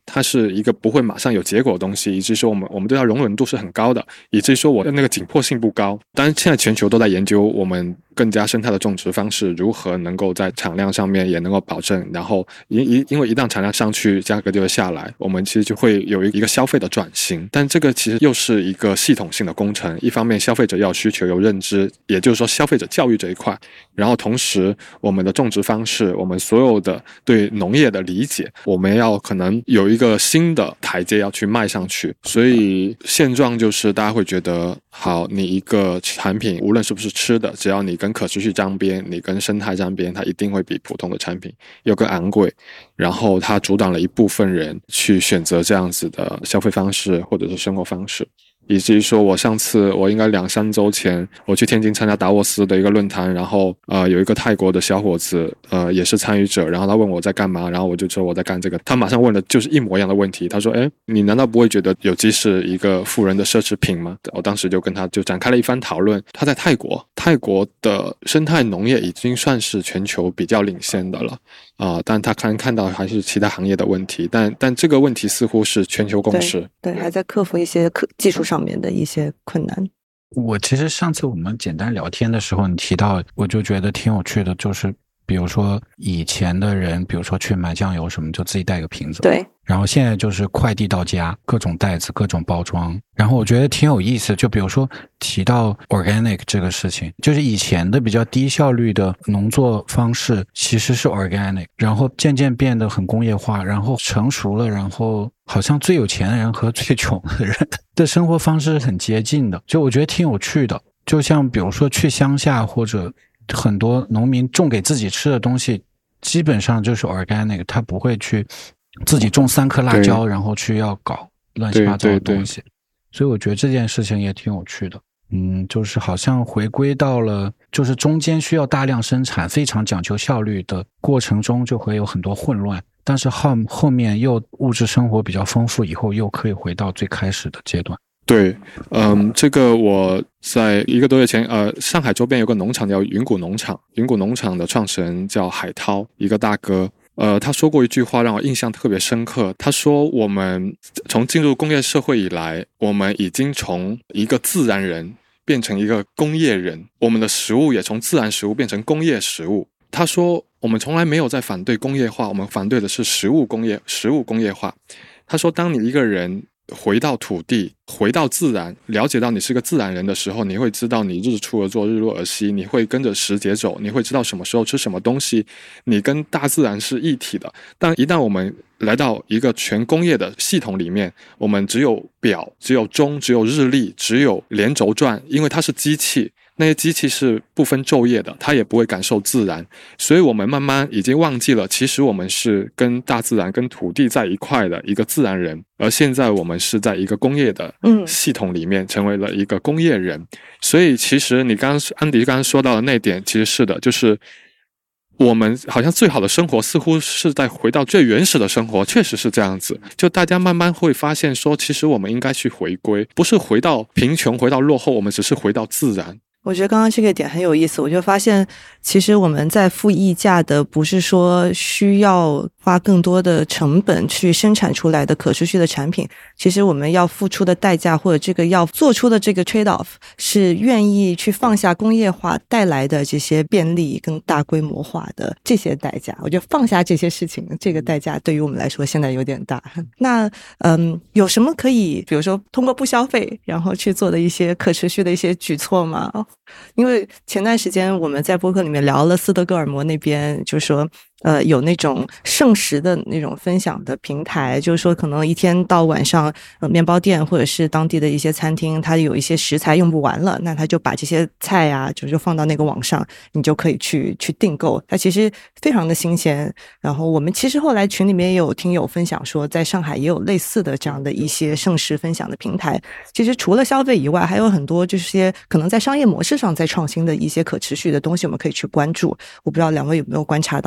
它是一个不会马上有结果的东西，以至于说我们我们对它容忍度是很高的，以至于说我的那个紧迫性不高。当然现在全球都在研究我们更加生态的种植方式如何能够在产量上面也能够保证，然后因因为一旦产量上去，价格就会下来，我们其实就会有一个消费的转型。但这个其实又是一个系统性的工程，一方面消费者要需求有认知，也就是说消费者教育这一块，然后同时我们的种植方式，我们所有的对农业的理解，我们要可能有一个新的台阶要去迈上去。所以现状就是大家会觉得，好，你一个产品无论是不是吃的，只要你跟可持续沾边，你跟生态沾边，它一定会比普通的产品又更昂贵，然后它阻挡了一部分人去选择这样子的消费方式或者是生活方式。以至于说我上次我应该两三周前我去天津参加达沃斯的一个论坛，然后呃有一个泰国的小伙子呃也是参与者，然后他问我在干嘛，然后我就说我在干这个，他马上问的就是一模一样的问题，他说诶你难道不会觉得有机是一个富人的奢侈品吗？我当时就跟他就展开了一番讨论。他在泰国泰国的生态农业已经算是全球比较领先的了啊、呃，但他看看到还是其他行业的问题，但但这个问题似乎是全球共识， 对, 对还在克服一些科技术上面的一些困难。 我其实上次我们简单聊天的时候你提到，我就觉得挺有趣的，就是比如说以前的人比如说去买酱油什么就自己带个瓶子， 对， 然后现在就是快递到家，各种袋子各种包装。然后我觉得挺有意思，就比如说提到 organic 这个事情，就是以前的比较低效率的农作方式其实是 organic， 然后渐渐变得很工业化，然后成熟了，然后好像最有钱的人和最穷的人的生活方式是很接近的，就我觉得挺有趣的。就像比如说去乡下，或者很多农民种给自己吃的东西基本上就是 organic， 他不会去自己种三颗辣椒然后去要搞乱七八糟的东西。所以我觉得这件事情也挺有趣的。嗯，就是好像回归到了就是中间需要大量生产非常讲求效率的过程中就会有很多混乱，但是后后面又物质生活比较丰富以后又可以回到最开始的阶段。 对，嗯，这个我在一个多月前，呃，上海周边有个农场叫云谷农场，云谷农场的创始人叫海涛，一个大哥，呃，他说过一句话让我印象特别深刻。他说，我们从进入工业社会以来，我们已经从一个自然人变成一个工业人，我们的食物也从自然食物变成工业食物。他说，我们从来没有在反对工业化，我们反对的是食物工业，食物工业化。他说，当你一个人回到土地，回到自然，了解到你是个自然人的时候，你会知道你日出而作日落而息，你会跟着时节走，你会知道什么时候吃什么东西，你跟大自然是一体的。但一旦我们来到一个全工业的系统里面，我们只有表，只有钟，只有日历，只有连轴转，因为它是机器，那些机器是不分昼夜的，它也不会感受自然，所以我们慢慢已经忘记了其实我们是跟大自然跟土地在一块的一个自然人，而现在我们是在一个工业的系统里面成为了一个工业人。所以其实你刚刚安迪刚刚说到的那点其实是的，就是我们好像最好的生活似乎是在回到最原始的生活，确实是这样子。就大家慢慢会发现说，其实我们应该去回归，不是回到贫穷回到落后，我们只是回到自然。 我觉得刚刚这个点很有意思，我就发现其实我们在付溢价的不是说需要花更多的成本去生产出来的可持续的产品，其实我们要付出的代价或者这个要做出的这个 trade off 是愿意去放下工业化带来的这些便利跟大规模化的这些代价。我觉得放下这些事情，这个代价对于我们来说现在有点大。那嗯，有什么可以比如说通过不消费然后去做的一些可持续的一些举措吗？因为前段时间我们在播客里面聊了斯德哥尔摩那边，就是说呃，有那种剩食的那种分享的平台，就是说可能一天到晚上呃，面包店或者是当地的一些餐厅它有一些食材用不完了，那他就把这些菜啊就是放到那个网上，你就可以去去订购，它其实非常的新鲜。然后我们其实后来群里面也有听友分享说在上海也有类似的这样的一些剩食分享的平台。其实除了消费以外还有很多就是些可能在商业模式上在创新的一些可持续的东西我们可以去关注。我不知道两位有没有观察到一些可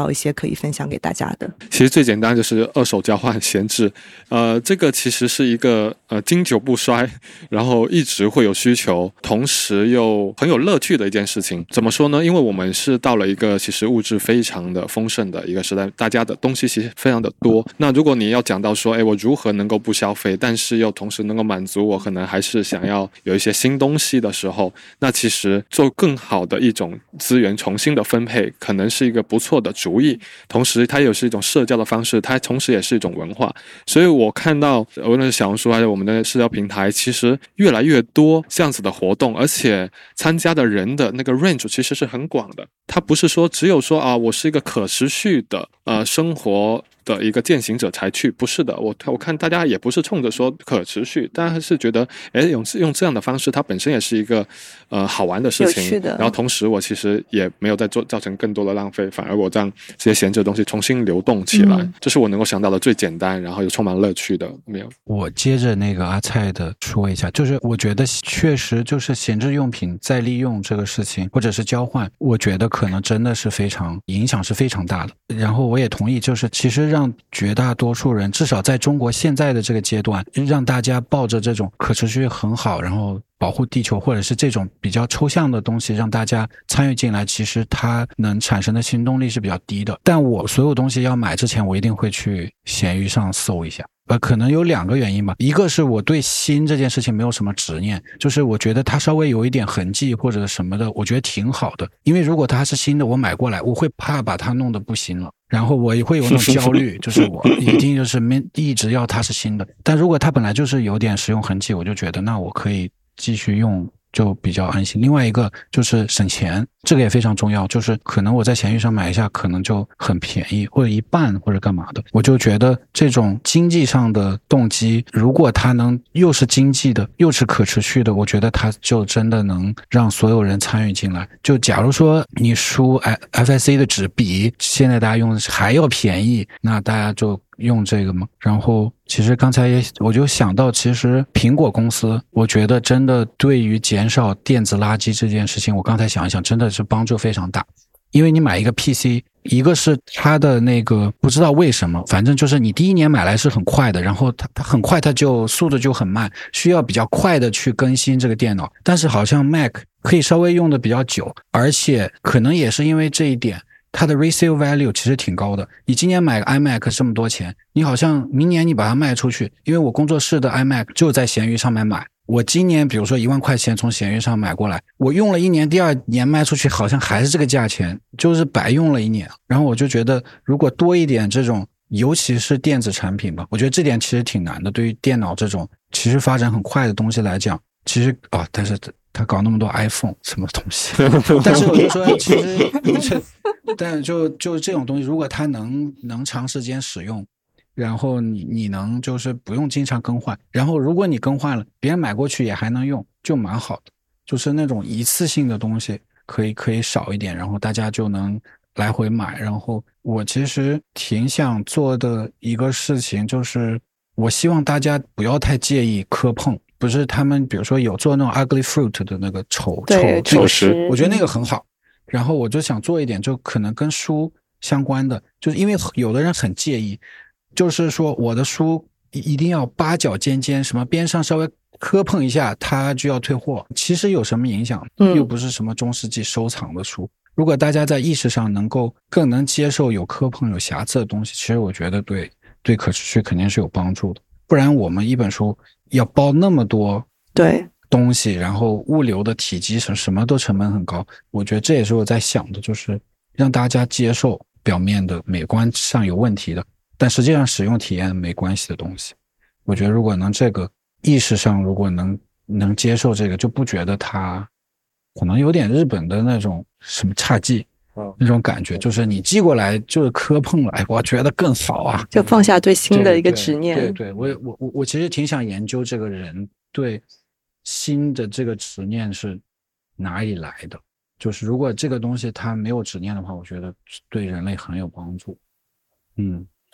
可以分享给大家的？ 其实最简单就是二手交换闲置，呃，这个其实是一个呃经久不衰，然后一直会有需求，同时又很有乐趣的一件事情。怎么说呢？因为我们是到了一个其实物质非常的丰盛的一个时代，大家的东西其实非常的多。那如果你要讲到说，哎，我如何能够不消费，但是又同时能够满足我可能还是想要有一些新东西的时候，那其实做更好的一种资源重新的分配，可能是一个不错的主意。同时，它也是一种社交的方式，它同时也是一种文化。所以我看到，无论是小红书还是我们的社交平台，其实越来越多这样子的活动，而且参加的人的那个 range 其实是很广的。它不是说只有说啊，我是一个可持续的呃生活的一个践行者才去，不是的。我我看大家也不是冲着说可持续，但是觉得，哎，用用这样的方式，它本身也是一个呃好玩的事情。然后同时，我其实也没有在做造成更多的浪费，反而我让这些闲置的东西重新流动起来，嗯、这是我能够想到的最简单，然后又充满乐趣的。没有。 我接着那个阿蔡的说一下，就是我觉得确实就是闲置用品再利用这个事情，或者是交换，我觉得可能真的是非常影响是非常大的。然后我也同意，就是其实让绝大多数人，至少在中国现在的这个阶段，让大家抱着这种可持续很好，然后保护地球，或者是这种比较抽象的东西让大家参与进来，其实它能产生的行动力是比较低的。但我所有东西要买之前，我一定会去闲鱼上搜一下。呃，可能有两个原因吧，一个是我对新这件事情没有什么执念，就是我觉得它稍微有一点痕迹或者什么的，我觉得挺好的。因为如果它是新的，我买过来，我会怕把它弄得不行了，然后我也会有那种焦虑，就是我一定就是没一直要它是新的。但如果它本来就是有点使用痕迹，我就觉得那我可以继续用，就比较安心。另外一个就是省钱，这个也非常重要，就是可能我在闲鱼上买一下可能就很便宜，或者一半或者干嘛的，我就觉得这种经济上的动机，如果它能又是经济的又是可持续的，我觉得它就真的能让所有人参与进来。就假如说你输 F S C 的纸比现在大家用的还要便宜，那大家就用这个嘛。然后其实刚才也我就想到，其实苹果公司我觉得真的对于减少电子垃圾这件事情，我刚才想一想真的是帮助非常大。因为你买一个 P C， 一个是它的那个不知道为什么，反正就是你第一年买来是很快的，然后它它很快它就速度就很慢，需要比较快的去更新这个电脑。但是好像 Mac 可以稍微用的比较久，而且可能也是因为这一点，它的 resale value 其实挺高的。你今年买个 iMac 这么多钱，你好像明年你把它卖出去，因为我工作室的 iMac 就在闲鱼上面买，我今年比如说一万块钱从闲鱼上买过来，我用了一年，第二年卖出去好像还是这个价钱，就是白用了一年。然后我就觉得如果多一点这种，尤其是电子产品吧，我觉得这点其实挺难的。对于电脑这种其实发展很快的东西来讲，其实啊，但是他搞那么多 iPhone 什么东西，但是我就说其实但就就这种东西，如果它能能长时间使用，然后你你能就是不用经常更换，然后如果你更换了，别人买过去也还能用，就蛮好的。就是那种一次性的东西可以可以少一点，然后大家就能来回买。然后我其实挺想做的一个事情就是，我希望大家不要太介意磕碰。不是他们比如说有做那种 ugly fruit 的那个丑丑丑食， 我觉得那个很好。然后我就想做一点就可能跟书相关的，就是因为有的人很介意，就是说我的书一定要八角尖尖，什么边上稍微磕碰一下它就要退货，其实有什么影响？又不是什么中世纪收藏的书。如果大家在意识上能够更能接受有磕碰有瑕疵的东西，其实我觉得对对可持续肯定是有帮助的。不然我们一本书要包那么多对东西，然后物流的体积什什么都成本很高，我觉得这也是我在想的，就是让大家接受表面的美观上有问题的，但实际上使用体验没关系的东西。我觉得如果能这个意识上如果能能接受这个，就不觉得它可能有点日本的那种什么侘寂那种感觉，就是你寄过来就是磕碰了，哎，我觉得更好啊， 就放下对新的一个执念。 对 对, 对, 对，我我我其实挺想研究这个人对新的这个执念是哪里来的。就是如果这个东西它没有执念的话，我觉得对人类很有帮助。嗯，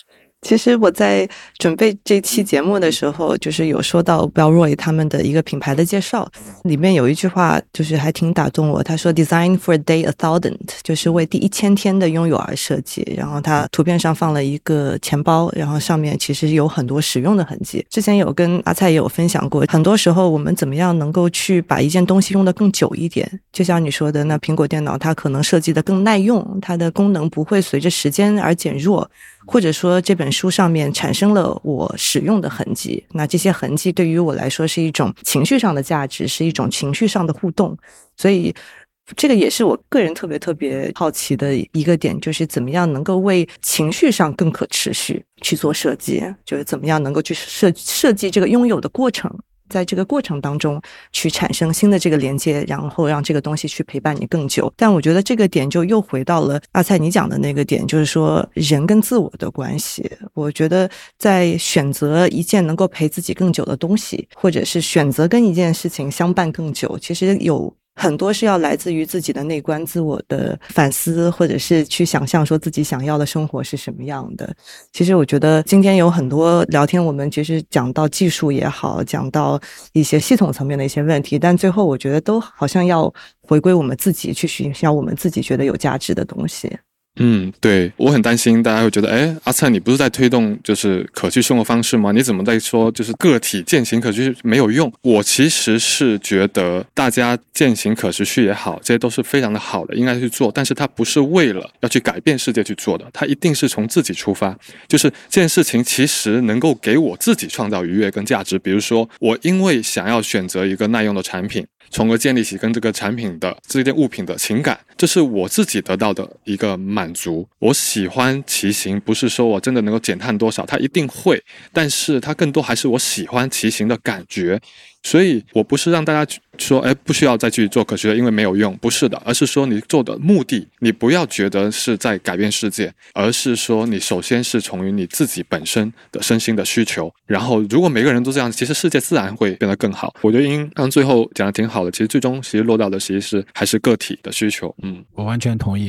其实我在准备这期节目的时候，就是有说到 Bellroy 他们的一个品牌的介绍，里面有一句话就是还挺打动我，他说 Design for a day a thousand， 就是为第一千天的拥有而设计。然后他图片上放了一个钱包，然后上面其实有很多使用的痕迹。之前有跟阿蔡也有分享过，很多时候我们怎么样能够去把一件东西用得更久一点，就像你说的，那苹果电脑它可能设计得更耐用，它的功能不会随着时间而减弱，或者说这本书上面产生了我使用的痕迹，那这些痕迹对于我来说是一种情绪上的价值，是一种情绪上的互动。所以这个也是我个人特别特别好奇的一个点，就是怎么样能够为情绪上更可持续去做设计，就是怎么样能够去设设计这个拥有的过程，在这个过程当中去产生新的这个连接，然后让这个东西去陪伴你更久。但我觉得这个点就又回到了阿蔡你讲的那个点，就是说人跟自我的关系。我觉得在选择一件能够陪自己更久的东西，或者是选择跟一件事情相伴更久，其实有很多是要来自于自己的内观自我的反思，或者是去想象说自己想要的生活是什么样的。其实我觉得今天有很多聊天，我们其实讲到技术也好，讲到一些系统层面的一些问题，但最后我觉得都好像要回归我们自己，去寻找我们自己觉得有价值的东西。 嗯，对，我很担心大家会觉得，哎，阿灿，你不是在推动就是可持续生活方式吗？你怎么在说就是个体践行可持续没有用？我其实是觉得大家践行可持续也好，这些都是非常的好的，应该去做，但是它不是为了要去改变世界去做的，它一定是从自己出发，就是这件事情其实能够给我自己创造愉悦跟价值。比如说，我因为想要选择一个耐用的产品，从而建立起跟这个产品的这件物品的情感，这是我自己得到的一个满足。我喜欢骑行，不是说我真的能够减碳多少，它一定会，但是它更多还是我喜欢骑行的感觉。所以我不是让大家说，哎，不需要再去做可持续，因为没有用，不是的，而是说你做的目的，你不要觉得是在改变世界，而是说你首先是从于你自己本身的身心的需求，然后如果每个人都这样，其实世界自然会变得更好。我觉得英刚最后讲的挺好的，其实最终其实落到的其实是还是个体的需求。嗯， 我完全同意。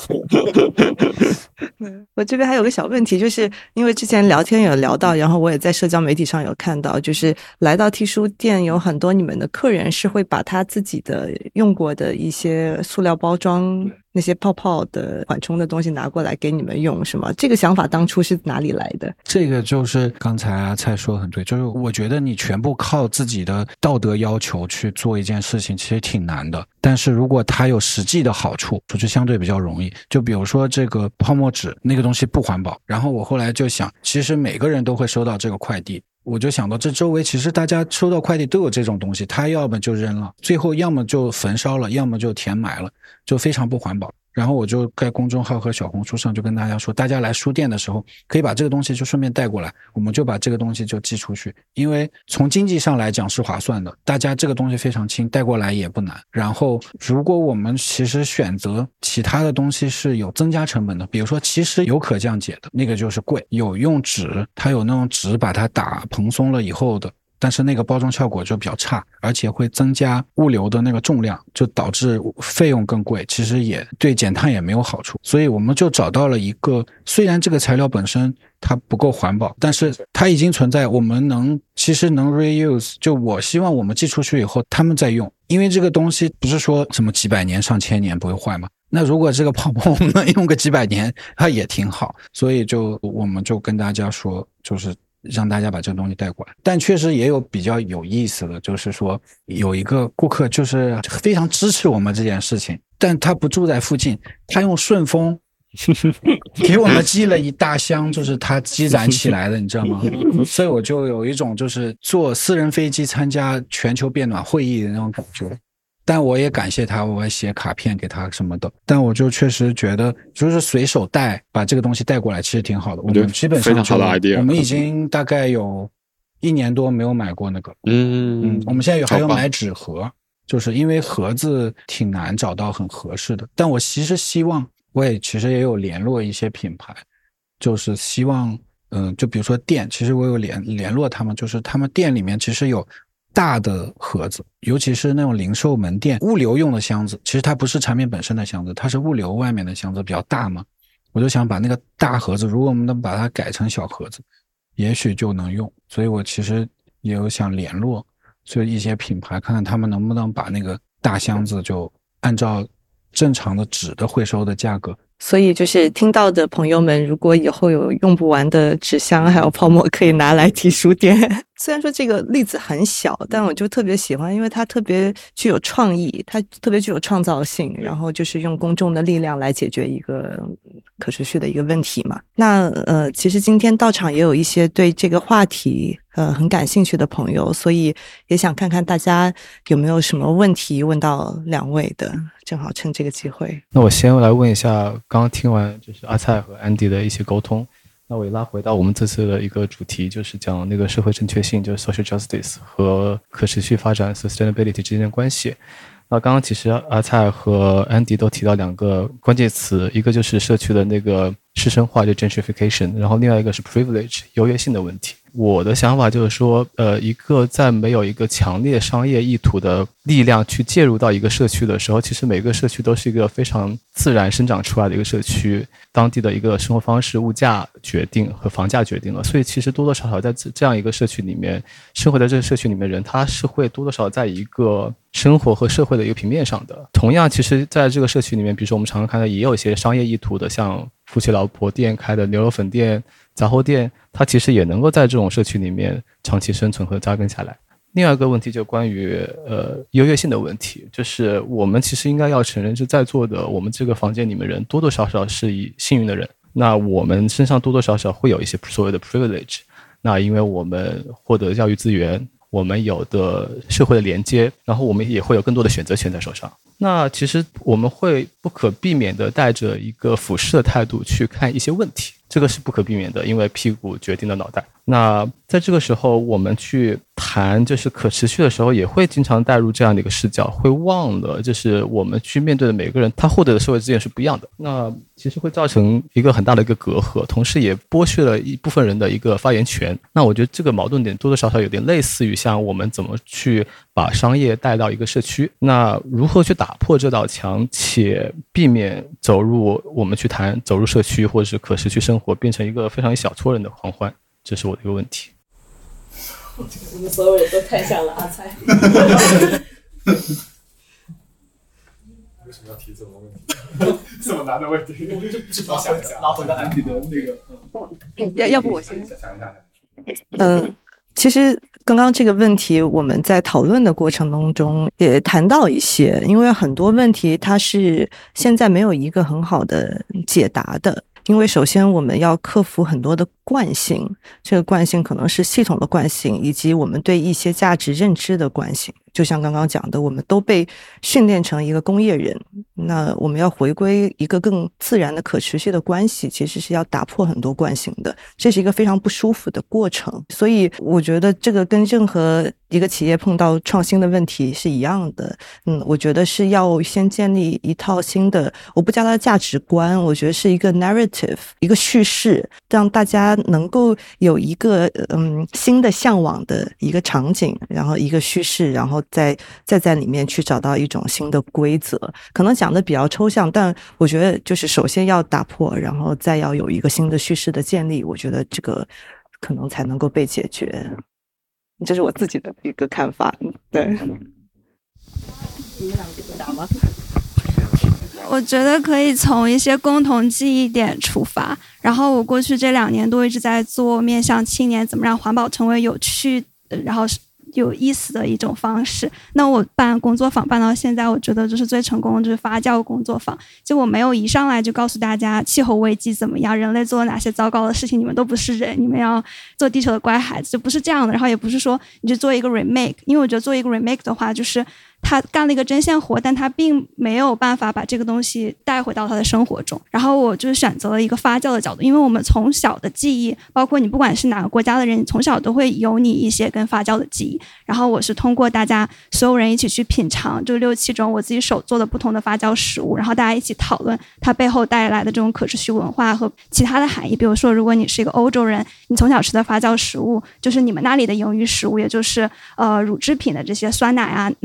我这边还有个小问题，就是因为之前聊天有聊到，然后我也在社交媒体上有看到，就是来到 T 书店有很多你们的客人是会把他自己的用过的一些塑料包装那些泡泡的缓冲的东西拿过来给你们用，是吗？这个想法当初是哪里来的？ 这个就是刚才阿蔡说的很对，就是我觉得你全部靠自己的道德要求去做一件事情其实挺难的，但是如果它有实际的好处，就相对比较容易。就比如说这个泡沫纸那个东西不环保，然后我后来就想，其实每个人都会收到这个快递，我就想到这周围其实大家收到快递都有这种东西，他要么就扔了，最后要么就焚烧了，要么就填埋了，就非常不环保。然后我就在公众号和小红书上就跟大家说，大家来书店的时候可以把这个东西就顺便带过来，我们就把这个东西就寄出去，因为从经济上来讲是划算的，大家这个东西非常轻，带过来也不难。然后如果我们其实选择其他的东西是有增加成本的，比如说其实有可降解的那个就是贵，有用纸，它有那种纸把它打蓬松了以后的，但是那个包装效果就比较差，而且会增加物流的那个重量，就导致费用更贵，其实也对减碳也没有好处。所以我们就找到了一个，虽然这个材料本身它不够环保，但是它已经存在，我们能其实能 reuse， 就我希望我们寄出去以后他们再用，因为这个东西不是说什么几百年上千年不会坏吗？那如果这个泡沫我们能用个几百年它也挺好，所以就我们就跟大家说，就是让大家把这个东西带过来。但确实也有比较有意思的，就是说有一个顾客就是非常支持我们这件事情，但他不住在附近，他用顺丰给我们寄了一大箱，就是他积攒起来的，你知道吗？所以我就有一种就是坐私人飞机参加全球变暖会议的那种感觉。但我也感谢他，我也写卡片给他什么的。但我就确实觉得，就是随手带把这个东西带过来，其实挺好的。我们基本上非常好的 idea。 我们已经大概有一年多没有买过那个。 嗯嗯，我们现在有还有买纸盒，就是因为盒子挺难找到很合适的。但我其实希望，我也其实也有联络一些品牌，就是希望，嗯、呃，就比如说店，其实我有联联络他们，就是他们店里面其实有大的盒子，尤其是那种零售门店物流用的箱子，其实它不是产品本身的箱子，它是物流外面的箱子，比较大嘛。 我就想把那个大盒子，如果我们能把它改成小盒子，也许就能用。所以我其实也有想联络就一些品牌，看看他们能不能把那个大箱子就按照正常的纸的回收的价格。 所以就是听到的朋友们，如果以后有用不完的纸箱还有泡沫，可以拿来提书店。虽然说这个例子很小，但我就特别喜欢，因为它特别具有创意，它特别具有创造性，然后就是用公众的力量来解决一个可持续的一个问题嘛。那呃，其实今天到场也有一些对这个话题呃很感兴趣的朋友，所以也想看看大家有没有什么问题问到两位的，正好趁这个机会。 那我先来问一下，刚刚听完就是阿蔡和安迪的一些沟通，那我也拉回到我们这次的一个主题，就是讲那个社会正确性，就是 social justice 和可持续发展 sustainability 之间的关系。那刚刚其实阿蔡和安迪都提到两个关键词，一个就是社区的那个师生化，就 gentrification， 然后另外一个是 privilege 优越性的问题。我的想法就是说，呃，一个在没有一个强烈商业意图的力量去介入到一个社区的时候，其实每个社区都是一个非常自然生长出来的一个社区，当地的一个生活方式、物价决定和房价决定了，所以其实多多少少在这样一个社区里面生活在这个社区里面人，他是会多多少少在一个生活和社会的一个平面上的。同样，其实在这个社区里面，比如说我们常常看到也有一些商业意图的，像夫妻老婆店开的牛肉粉店、杂货店，它其实也能够在这种社区里面长期生存和扎根下来。另外一个问题就关于呃优越性的问题，就是我们其实应该要承认，是在座的我们这个房间里面人多多少少是以幸运的人，那我们身上多多少少会有一些所谓的 privilege， 那因为我们获得教育资源，我们有的社会的连接，然后我们也会有更多的选择权在手上。那其实我们会不可避免地带着一个俯视的态度去看一些问题，这个是不可避免的，因为屁股决定了脑袋。那在这个时候我们去谈就是可持续的时候，也会经常带入这样的一个视角，会忘了就是我们去面对的每个人他获得的社会资源是不一样的，那其实会造成一个很大的一个隔阂，同时也剥削了一部分人的一个发言权。那我觉得这个矛盾点多多少少有点类似于像我们怎么去把商业带到一个社区，那如何去打破这道墙，且避免走入我们去谈走入社区或者是可持续生活变成一个非常一小撮人的狂欢，这是我的一个问题。 我们所有人都看向了阿蔡。 为什么要提这么问题？这么难的问题，我想一下，拉回到安迪的那个， 嗯，要要不我先想一下。 嗯，其实刚刚这个问题我们在讨论的过程当中也谈到一些，因为很多问题它是现在没有一个很好的解答的。因为首先我们要克服很多的惯性，这个惯性可能是系统的惯性，以及我们对一些价值认知的惯性。就像刚刚讲的，我们都被训练成一个工业人，那我们要回归一个更自然的可持续的关系，其实是要打破很多惯性的，这是一个非常不舒服的过程。所以我觉得这个跟任何一个企业碰到创新的问题是一样的。嗯，我觉得是要先建立一套新的，我不叫它价值观，我觉得是一个 narrative， 一个叙事，让大家能够有一个嗯新的向往的一个场景，然后一个叙事，然后再再在里面去找到一种新的规则。可能讲的比较抽象，但我觉得就是首先要打破，然后再要有一个新的叙事的建立，我觉得这个可能才能够被解决。这是我自己的一个看法。对，你们两个回答吗？ 我觉得可以从一些共同记忆点出发，然后我过去这两年多一直在做面向青年怎么让环保成为有趣然后有意思的一种方式。那我办工作坊办到现在，我觉得就是最成功的就是发酵工作坊，就我没有一上来就告诉大家气候危机怎么样，人类做了哪些糟糕的事情，你们都不是人，你们要做地球的乖孩子，就不是这样的。然后也不是说你去做一个 remake， 因为我觉得做一个 remake 的话，就是他干了一个针线活，但他并没有办法把这个东西带回到他的生活中。然后我就是选择了一个发酵的角度，因为我们从小的记忆，包括你不管是哪个国家的人，你从小都会有你一些跟发酵的记忆。然后我是通过大家所有人一起去品尝，就六七种我自己手做的不同的发酵食物，然后大家一起讨论它背后带来的这种可持续文化和其他的含义。比如说，如果你是一个欧洲人，你从小吃的发酵食物就是你们那里的盈余食物，也就是呃乳制品的这些酸奶啊、cheese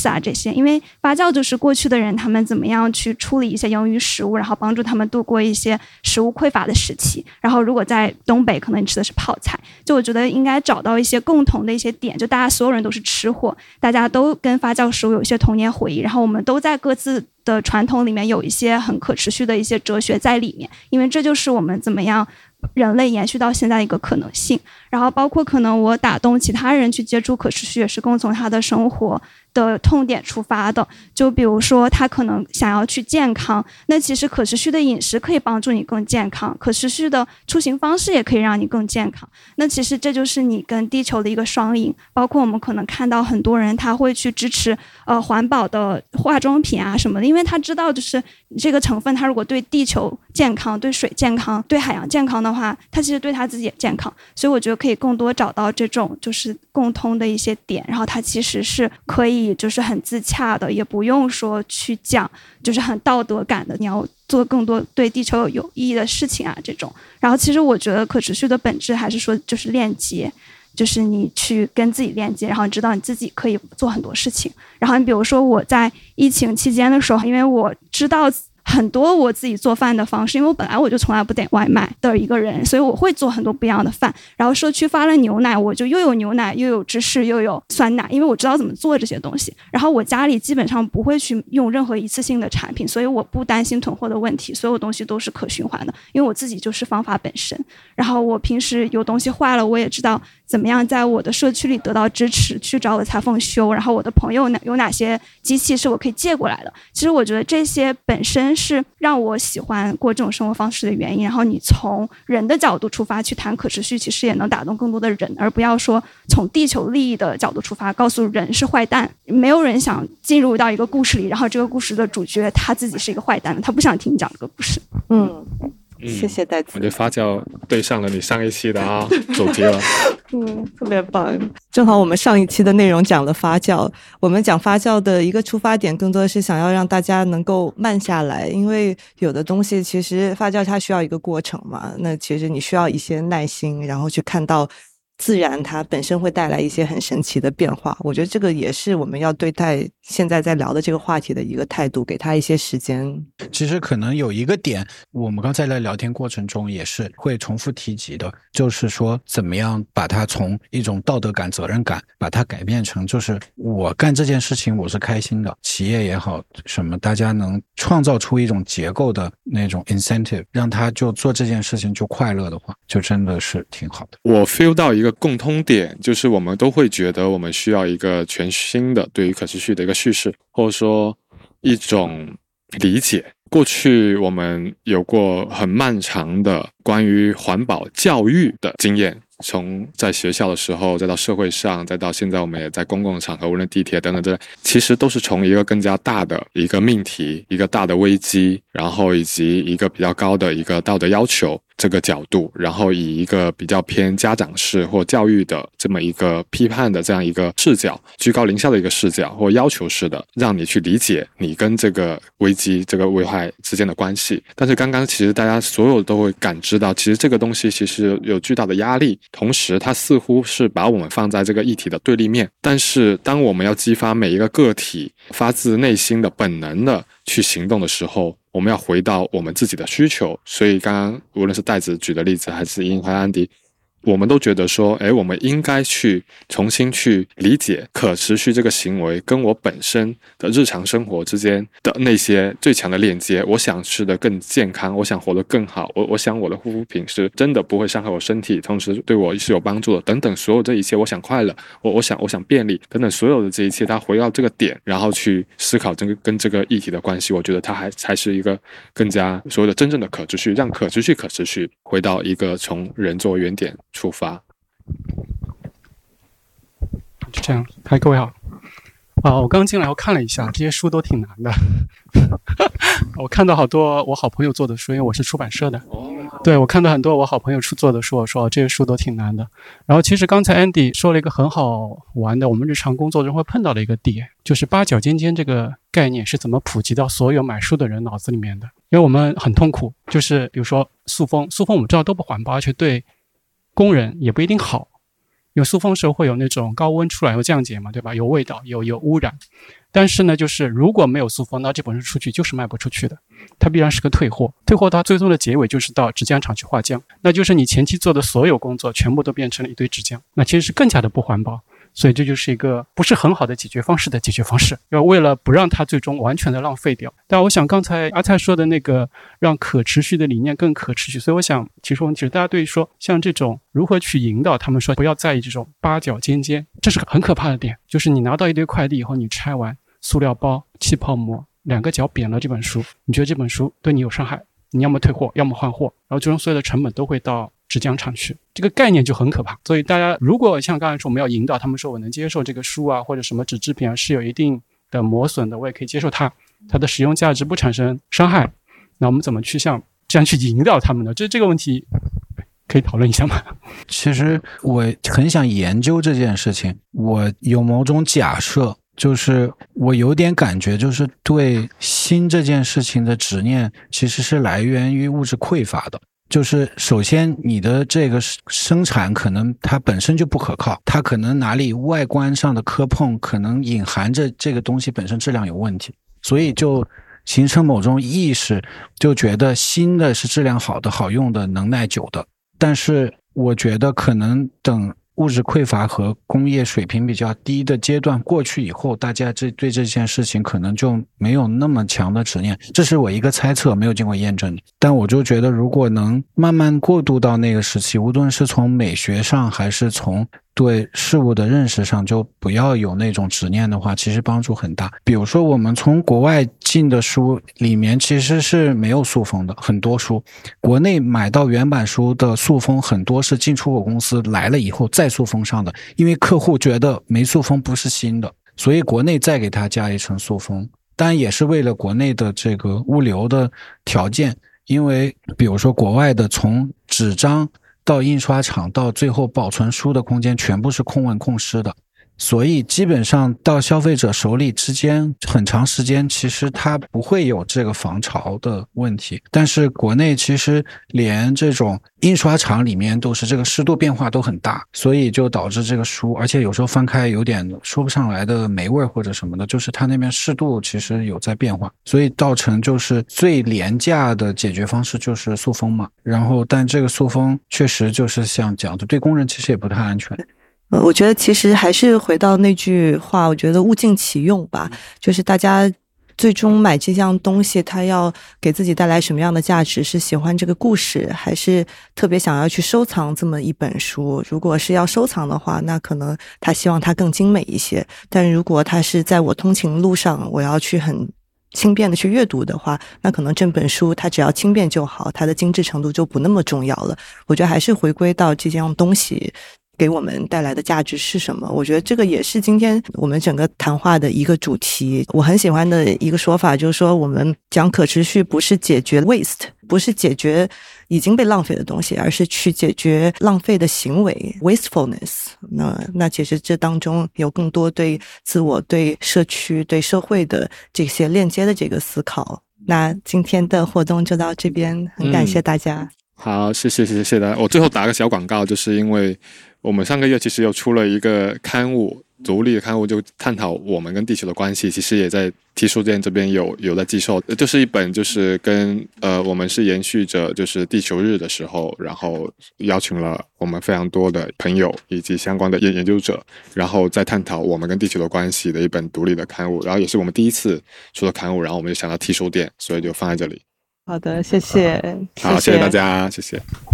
思啊这些，因为发酵就是过去的人他们怎么样去处理一些盈余食物，然后帮助他们度过一些食物匮乏的时期。然后如果在东北可能你吃的是泡菜，就我觉得应该找到一些共同的一些点，就大家所有人都是吃货，大家都跟发酵食物有一些童年回忆，然后我们都在各自的传统里面有一些很可持续的一些哲学在里面，因为这就是我们怎么样人类延续到现在的一个可能性。然后包括可能我打动其他人去接触可持续，也是更从他的生活的痛点出发的。就比如说他可能想要去健康，那其实可持续的饮食可以帮助你更健康，可持续的出行方式也可以让你更健康。那其实这就是你跟地球的一个双赢。包括我们可能看到很多人他会去支持呃环保的化妆品啊什么的，因为他知道就是这个成分它如果对地球健康、对水健康、对海洋健康的话，它其实对他自己也健康。所以我觉得可以更多找到这种就是共通的一些点，然后它其实是可以就是很自洽的，也不用说去讲就是很道德感的，你要做更多对地球有有意义的事情啊这种。然后其实我觉得可持续的本质还是说就是链接，就是你去跟自己链接，然后你知道你自己可以做很多事情。然后你比如说我在疫情期间的时候，因为我知道很多我自己做饭的方式，因为我本来我就从来不点外卖的一个人，所以我会做很多不一样的饭。然后社区发了牛奶，我就又有牛奶又有芝士又有酸奶，因为我知道怎么做这些东西。然后我家里基本上不会去用任何一次性的产品，所以我不担心囤货的问题，所有东西都是可循环的，因为我自己就是方法本身。然后我平时有东西坏了，我也知道怎么样在我的社区里得到支持，去找我的裁缝修，然后我的朋友有哪些机器是我可以借过来的。其实我觉得这些本身是让我喜欢过这种生活方式的原因。然后你从人的角度出发去谈可持续，其实也能打动更多的人，而不要说从地球利益的角度出发告诉人是坏蛋。没有人想进入到一个故事里，然后这个故事的主角他自己是一个坏蛋，他不想听你讲这个故事。 嗯，谢谢戴子。 我觉得发酵对上了你上一期的啊主题了。 嗯，特别棒。正好我们上一期的内容讲了发酵，我们讲发酵的一个出发点更多的是想要让大家能够慢下来，因为有的东西其实发酵它需要一个过程嘛，那其实你需要一些耐心，然后去看到自然它本身会带来一些很神奇的变化。我觉得这个也是我们要对待现在在聊的这个话题的一个态度，给他一些时间。 其实可能有一个点我们刚才在聊天过程中也是会重复提及的，就是说怎么样把它从一种道德感、责任感把它改变成就是我干这件事情我是开心的，企业也好什么，大家能创造出一种结构的那种 incentive， 让他就做这件事情就快乐的话，就真的是挺好的。 我 feel 到一个共通点，就是我们都会觉得我们需要一个全新的对于可持续的一个叙事，或者说一种理解。过去我们有过很漫长的关于环保教育的经验，从在学校的时候再到社会上，再到现在我们也在公共场合无论地铁等等等等，其实都是从一个更加大的一个命题，一个大的危机，然后以及一个比较高的一个道德要求这个角度，然后以一个比较偏家长式或教育的这么一个批判的这样一个视角，居高临下的一个视角或要求式的，让你去理解你跟这个危机这个危害之间的关系。但是刚刚其实大家所有都会感知到，其实这个东西其实有巨大的压力，同时它似乎是把我们放在这个议题的对立面。但是当我们要激发每一个个体发自内心的本能的去行动的时候，我们要回到我们自己的需求。所以刚刚无论是戴子举的例子还是英还安迪，我们都觉得说，诶，我们应该去重新去理解可持续这个行为跟我本身的日常生活之间的那些最强的链接。我想吃得更健康，我想活得更好，我我想我的护肤品是真的不会伤害我身体，同时对我是有帮助的，等等，所有这一切，我想快乐，我我想我想便利等等，所有的这一切，它回到这个点，然后去思考这个跟这个议题的关系，我觉得它还才是一个更加所谓的真正的可持续，让可持续可持续回到一个从人作为原点出发。 就这样，嗨，各位好。啊、呃，我刚进来后看了一下，这些书都挺难的。我看到好多我好朋友做的书，因为我是出版社的。对，我看到很多我好朋友出做的书，我说这些书都挺难的。然后其实刚才 Andy 说了一个很好玩的，我们日常工作中会碰到的一个点，就是八角尖尖这个概念是怎么普及到所有买书的人脑子里面的。因为我们很痛苦，就是比如说塑封，塑封我们知道都不环保，而且对工人也不一定好。有塑封时候会有那种高温出来有降解嘛，对吧？有味道，有有污染。 但是呢，就是如果没有塑封，那这本书出去就是卖不出去的，它必然是个退货。退货它最终的结尾就是到纸浆厂去化浆，那就是你前期做的所有工作全部都变成了一堆纸浆，那其实是更加的不环保。所以这就是一个不是很好的解决方式的解决方式，要为了不让它最终完全的浪费掉。但我想刚才阿蔡说的那个让可持续的理念更可持续，所以我想提出问题是，大家对于说像这种如何去引导他们说不要在意这种八角尖尖，这是很可怕的点。就是你拿到一堆快递以后，你拆完塑料包、气泡膜，两个角扁了这本书，你觉得这本书对你有伤害，你要么退货要么换货，然后最终所有的成本都会到纸浆厂去，这个概念就很可怕。所以大家如果像刚才说我们要引导他们说我能接受这个书啊或者什么纸制品啊是有一定的磨损的，我也可以接受它，它的使用价值不产生伤害，那我们怎么去像这样去引导他们呢？这这个问题可以讨论一下吗？ 其实我很想研究这件事情，我有某种假设，就是我有点感觉，就是对新这件事情的执念其实是来源于物质匮乏的。就是首先你的这个生产可能它本身就不可靠，它可能哪里外观上的磕碰可能隐含着这个东西本身质量有问题，所以就形成某种意识，就觉得新的是质量好的、好用的、能耐久的。但是我觉得可能等物质匮乏和工业水平比较低的阶段过去以后，大家这对这件事情可能就没有那么强的执念，这是我一个猜测，没有经过验证的。但我就觉得如果能慢慢过渡到那个时期，无论是从美学上还是从对事物的认识上，就不要有那种执念的话，其实帮助很大。比如说我们从国外进的书里面其实是没有塑封的，很多书国内买到原版书的塑封很多是进出口公司来了以后再塑封上的，因为客户觉得没塑封不是新的，所以国内再给它加一层塑封，当然也是为了国内的这个物流的条件。因为比如说国外的从纸张到印刷厂到最后保存书的空间全部是控温控湿的，所以基本上到消费者手里之间很长时间其实它不会有这个防潮的问题。但是国内其实连这种印刷厂里面都是这个湿度变化都很大，所以就导致这个书而且有时候翻开有点说不上来的霉味或者什么的，就是它那边湿度其实有在变化，所以造成就是最廉价的解决方式就是塑封嘛。然后但这个塑封确实就是像讲的对工人其实也不太安全。 呃，我觉得其实还是回到那句话，我觉得物尽其用吧，就是大家最终买这样东西，它要给自己带来什么样的价值？是喜欢这个故事，还是特别想要去收藏这么一本书？如果是要收藏的话，那可能他希望它更精美一些，但如果它是在我通勤路上，我要去很轻便的去阅读的话，那可能这本书它只要轻便就好，它的精致程度就不那么重要了。我觉得还是回归到这样东西给我们带来的价值是什么。我觉得这个也是今天我们整个谈话的一个主题。我很喜欢的一个说法就是说，我们讲可持续不是解决 waste， 不是解决已经被浪费的东西，而是去解决浪费的行为 wastefulness。 那那其实这当中有更多对自我、对社区、对社会的这些链接的这个思考。那今天的活动就到这边，很感谢大家。 嗯，好，谢谢谢谢大家。我最后打个小广告，就是因为我们上个月其实又出了一个刊物，独立的刊物，就探讨我们跟地球的关系，其实也在 T 书店这边有有在寄售。就是一本就是跟呃我们是延续着就是地球日的时候，然后邀请了我们非常多的朋友以及相关的研研究者，然后再探讨我们跟地球的关系的一本独立的刊物，然后也是我们第一次出的刊物，然后我们就想到 T 书店，所以就放在这里。 好的，谢谢。 好，谢谢大家，谢谢。